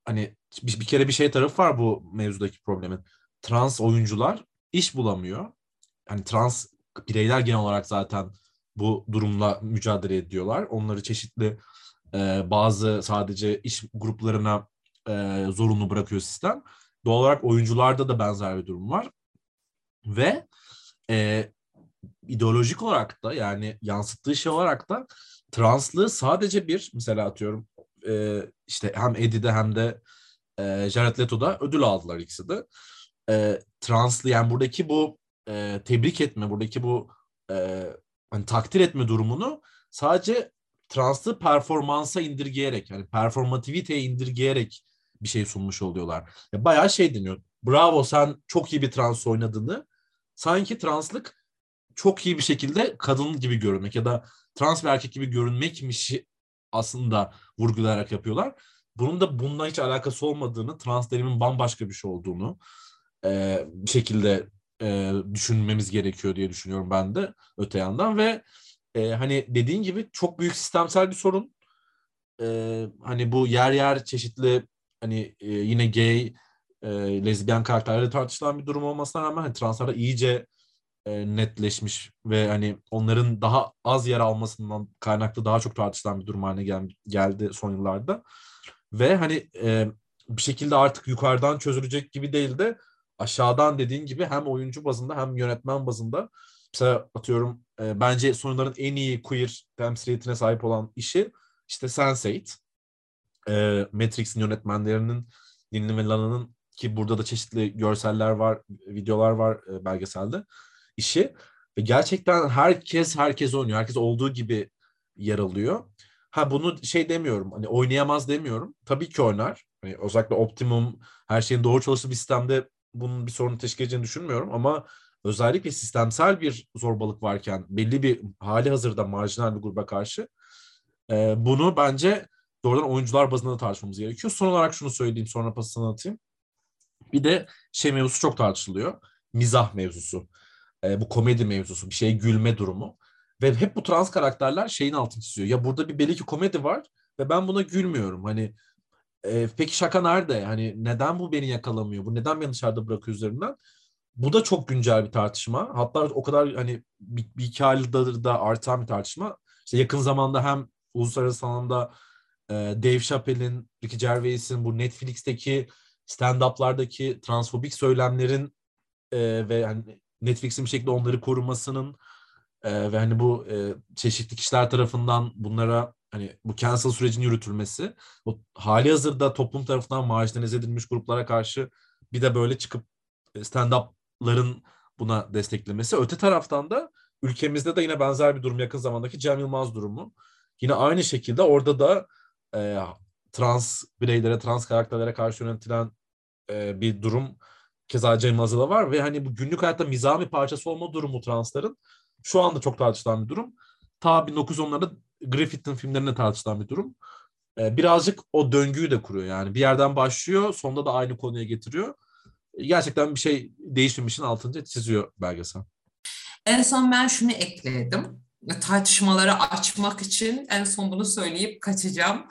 hani bir kere bir şey tarafı var bu mevzudaki problemin. Trans oyuncular iş bulamıyor. Hani trans bireyler genel olarak zaten bu durumla mücadele ediyorlar. Onları çeşitli bazı sadece iş gruplarına zorunlu bırakıyor sistem. Doğal olarak oyuncularda da benzer bir durum var. Ve e, ideolojik olarak da yani yansıttığı şey olarak da translığı sadece bir mesela atıyorum işte hem Eddie'de hem de Jared Leto'da ödül aldılar ikisi de. Translı yani buradaki bu tebrik etme, buradaki bu e, hani takdir etme durumunu sadece translı performansa indirgeyerek yani performativiteye indirgeyerek bir şey sunmuş oluyorlar. Bayağı şey deniyor. Bravo sen çok iyi bir trans oynadığını sanki translık çok iyi bir şekilde kadın gibi görünmek ya da trans bir erkek gibi görünmekmiş aslında vurgulayarak yapıyorlar. Bunun da bununla hiç alakası olmadığını, trans denimin bambaşka bir şey olduğunu bir şekilde düşünmemiz gerekiyor diye düşünüyorum ben de öte yandan ve hani dediğin gibi çok büyük sistemsel bir sorun. Hani bu yer yer çeşitli hani yine gay, lezbiyen karakterleri tartışılan bir durum olmasına rağmen hani translarda iyice netleşmiş ve hani onların daha az yer almasından kaynaklı daha çok tartışılan bir durum haline geldi son yıllarda. Ve hani bir şekilde artık yukarıdan çözülecek gibi değil de aşağıdan dediğin gibi hem oyuncu bazında hem yönetmen bazında mesela atıyorum bence son yılların en iyi queer temsiliyetine sahip olan işi işte Sense8. Matrix'in yönetmenlerinin Denis Villeneuve'nın ki burada da çeşitli görseller var, videolar var belgeselde işi. Ve gerçekten herkes oynuyor. Herkes olduğu gibi yer alıyor. Ha bunu şey demiyorum. Hani oynayamaz demiyorum. Tabii ki oynar. Hani özellikle optimum her şeyin doğru çalıştığı bir sistemde bunun bir sorun teşkil edeceğini düşünmüyorum ama özellikle sistemsel bir zorbalık varken belli bir hali hazırda marjinal bir gruba karşı bunu bence doğrudan oyuncular bazında da tartışmamız gerekiyor. Son olarak şunu söyleyeyim sonra pasını atayım. Bir de şey mevzusu çok tartışılıyor. Mizah mevzusu. Bu komedi mevzusu. Bir şeye gülme durumu. Ve hep bu trans karakterler şeyin altını çiziyor. Ya burada bir belli ki komedi var ve ben buna gülmüyorum. Hani peki şaka nerede? Hani neden bu beni yakalamıyor? Bu neden beni dışarıda bırakıyor üzerinden? Bu da çok güncel bir tartışma. Hatta o kadar hani bir iki aydır da artan bir tartışma. İşte yakın zamanda hem uluslararası alanda Dave Chappelle'in, Ricky Gervais'in bu Netflix'teki stand-up'lardaki transfobik söylemlerin ve hani Netflix'in bir şekilde onları korumasının ve hani bu çeşitli kişiler tarafından bunlara hani bu cancel sürecinin yürütülmesi, o hali hazırda toplum tarafından marjinalize edilmiş gruplara karşı bir de böyle çıkıp stand-up'ların buna desteklemesi. Öte taraftan da ülkemizde de yine benzer bir durum yakın zamandaki Cem Yılmaz durumu. Yine aynı şekilde orada da e, trans bireylere, trans karakterlere karşı yönetilen bir durum keza Cem Yılmaz'da da var ve hani bu günlük hayatta mizah bir parçası olma durumu transların şu anda çok tartışılan bir durum. Ta 1910'larda Griffith'in filmlerinde tartışılan bir durum. Birazcık o döngüyü de kuruyor yani. Bir yerden başlıyor, sonunda da aynı konuya getiriyor. Gerçekten bir şey değişmemişin altını çiziyor belgesel. En son ben şunu ekledim. Tartışmaları açmak için en son bunu söyleyip kaçacağım.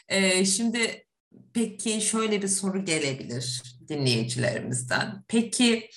Şimdi peki şöyle bir soru gelebilir dinleyicilerimizden. Peki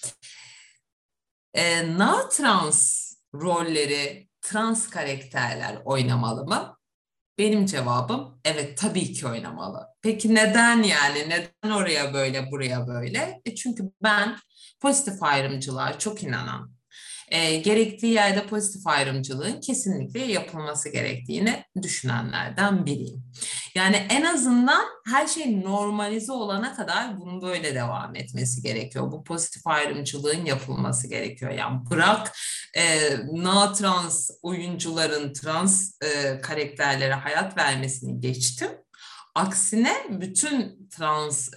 na trans rolleri trans karakterler oynamalı mı? Benim cevabım evet tabii ki oynamalı. Peki neden yani? Neden oraya böyle, buraya böyle? Çünkü ben pozitif ayrımcılığa çok inanan, gerektiği yerde pozitif ayrımcılığın kesinlikle yapılması gerektiğini düşünenlerden biriyim. Yani en azından her şey normalize olana kadar bunun böyle devam etmesi gerekiyor. Bu pozitif ayrımcılığın yapılması gerekiyor. Yani bırak na trans oyuncuların trans karakterlere hayat vermesini geçtim. Aksine bütün trans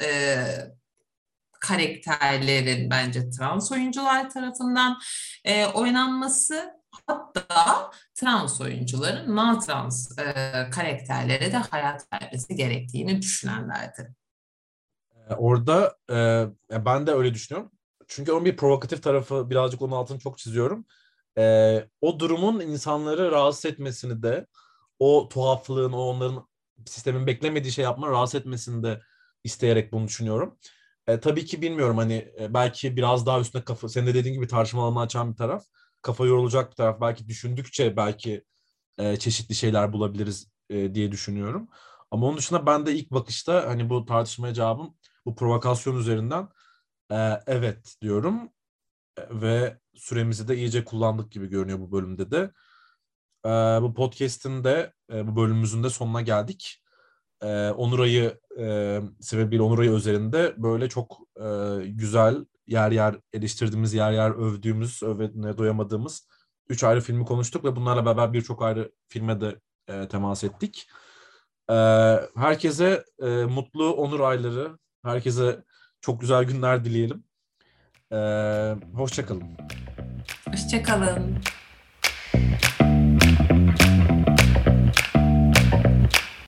karakterlerin bence trans oyuncular tarafından oynanması, hatta trans oyuncuların non-trans karakterlere de hayat vermesi gerektiğini düşünenlerdi. Orada ben de öyle düşünüyorum. Çünkü onun bir provokatif tarafı birazcık onun altını çok çiziyorum. O durumun insanları rahatsız etmesini de o tuhaflığın, o onların sistemin beklemediği şey yapma rahatsız etmesini de isteyerek bunu düşünüyorum. Tabii ki bilmiyorum hani belki biraz daha üstüne kafa, senin de dediğin gibi tartışma alanı açan bir taraf, kafa yorulacak bir taraf. Belki düşündükçe belki çeşitli şeyler bulabiliriz diye düşünüyorum. Ama onun dışında ben de ilk bakışta hani bu tartışmaya cevabım bu provokasyon üzerinden evet diyorum. Ve süremizi de iyice kullandık gibi görünüyor bu bölümde de. Bu podcast'in de bu bölümümüzün de sonuna geldik. Onur Ayı sebebiyle Onur Ayı özelinde böyle çok güzel yer yer eleştirdiğimiz, yer yer övdüğümüz, övene doyamadığımız 3 ayrı filmi konuştuk ve bunlarla beraber birçok ayrı filme de temas ettik. E, Herkese mutlu Onur Ayları, herkese çok güzel günler dileyelim. Hoşça kalın. Hoşça kalın.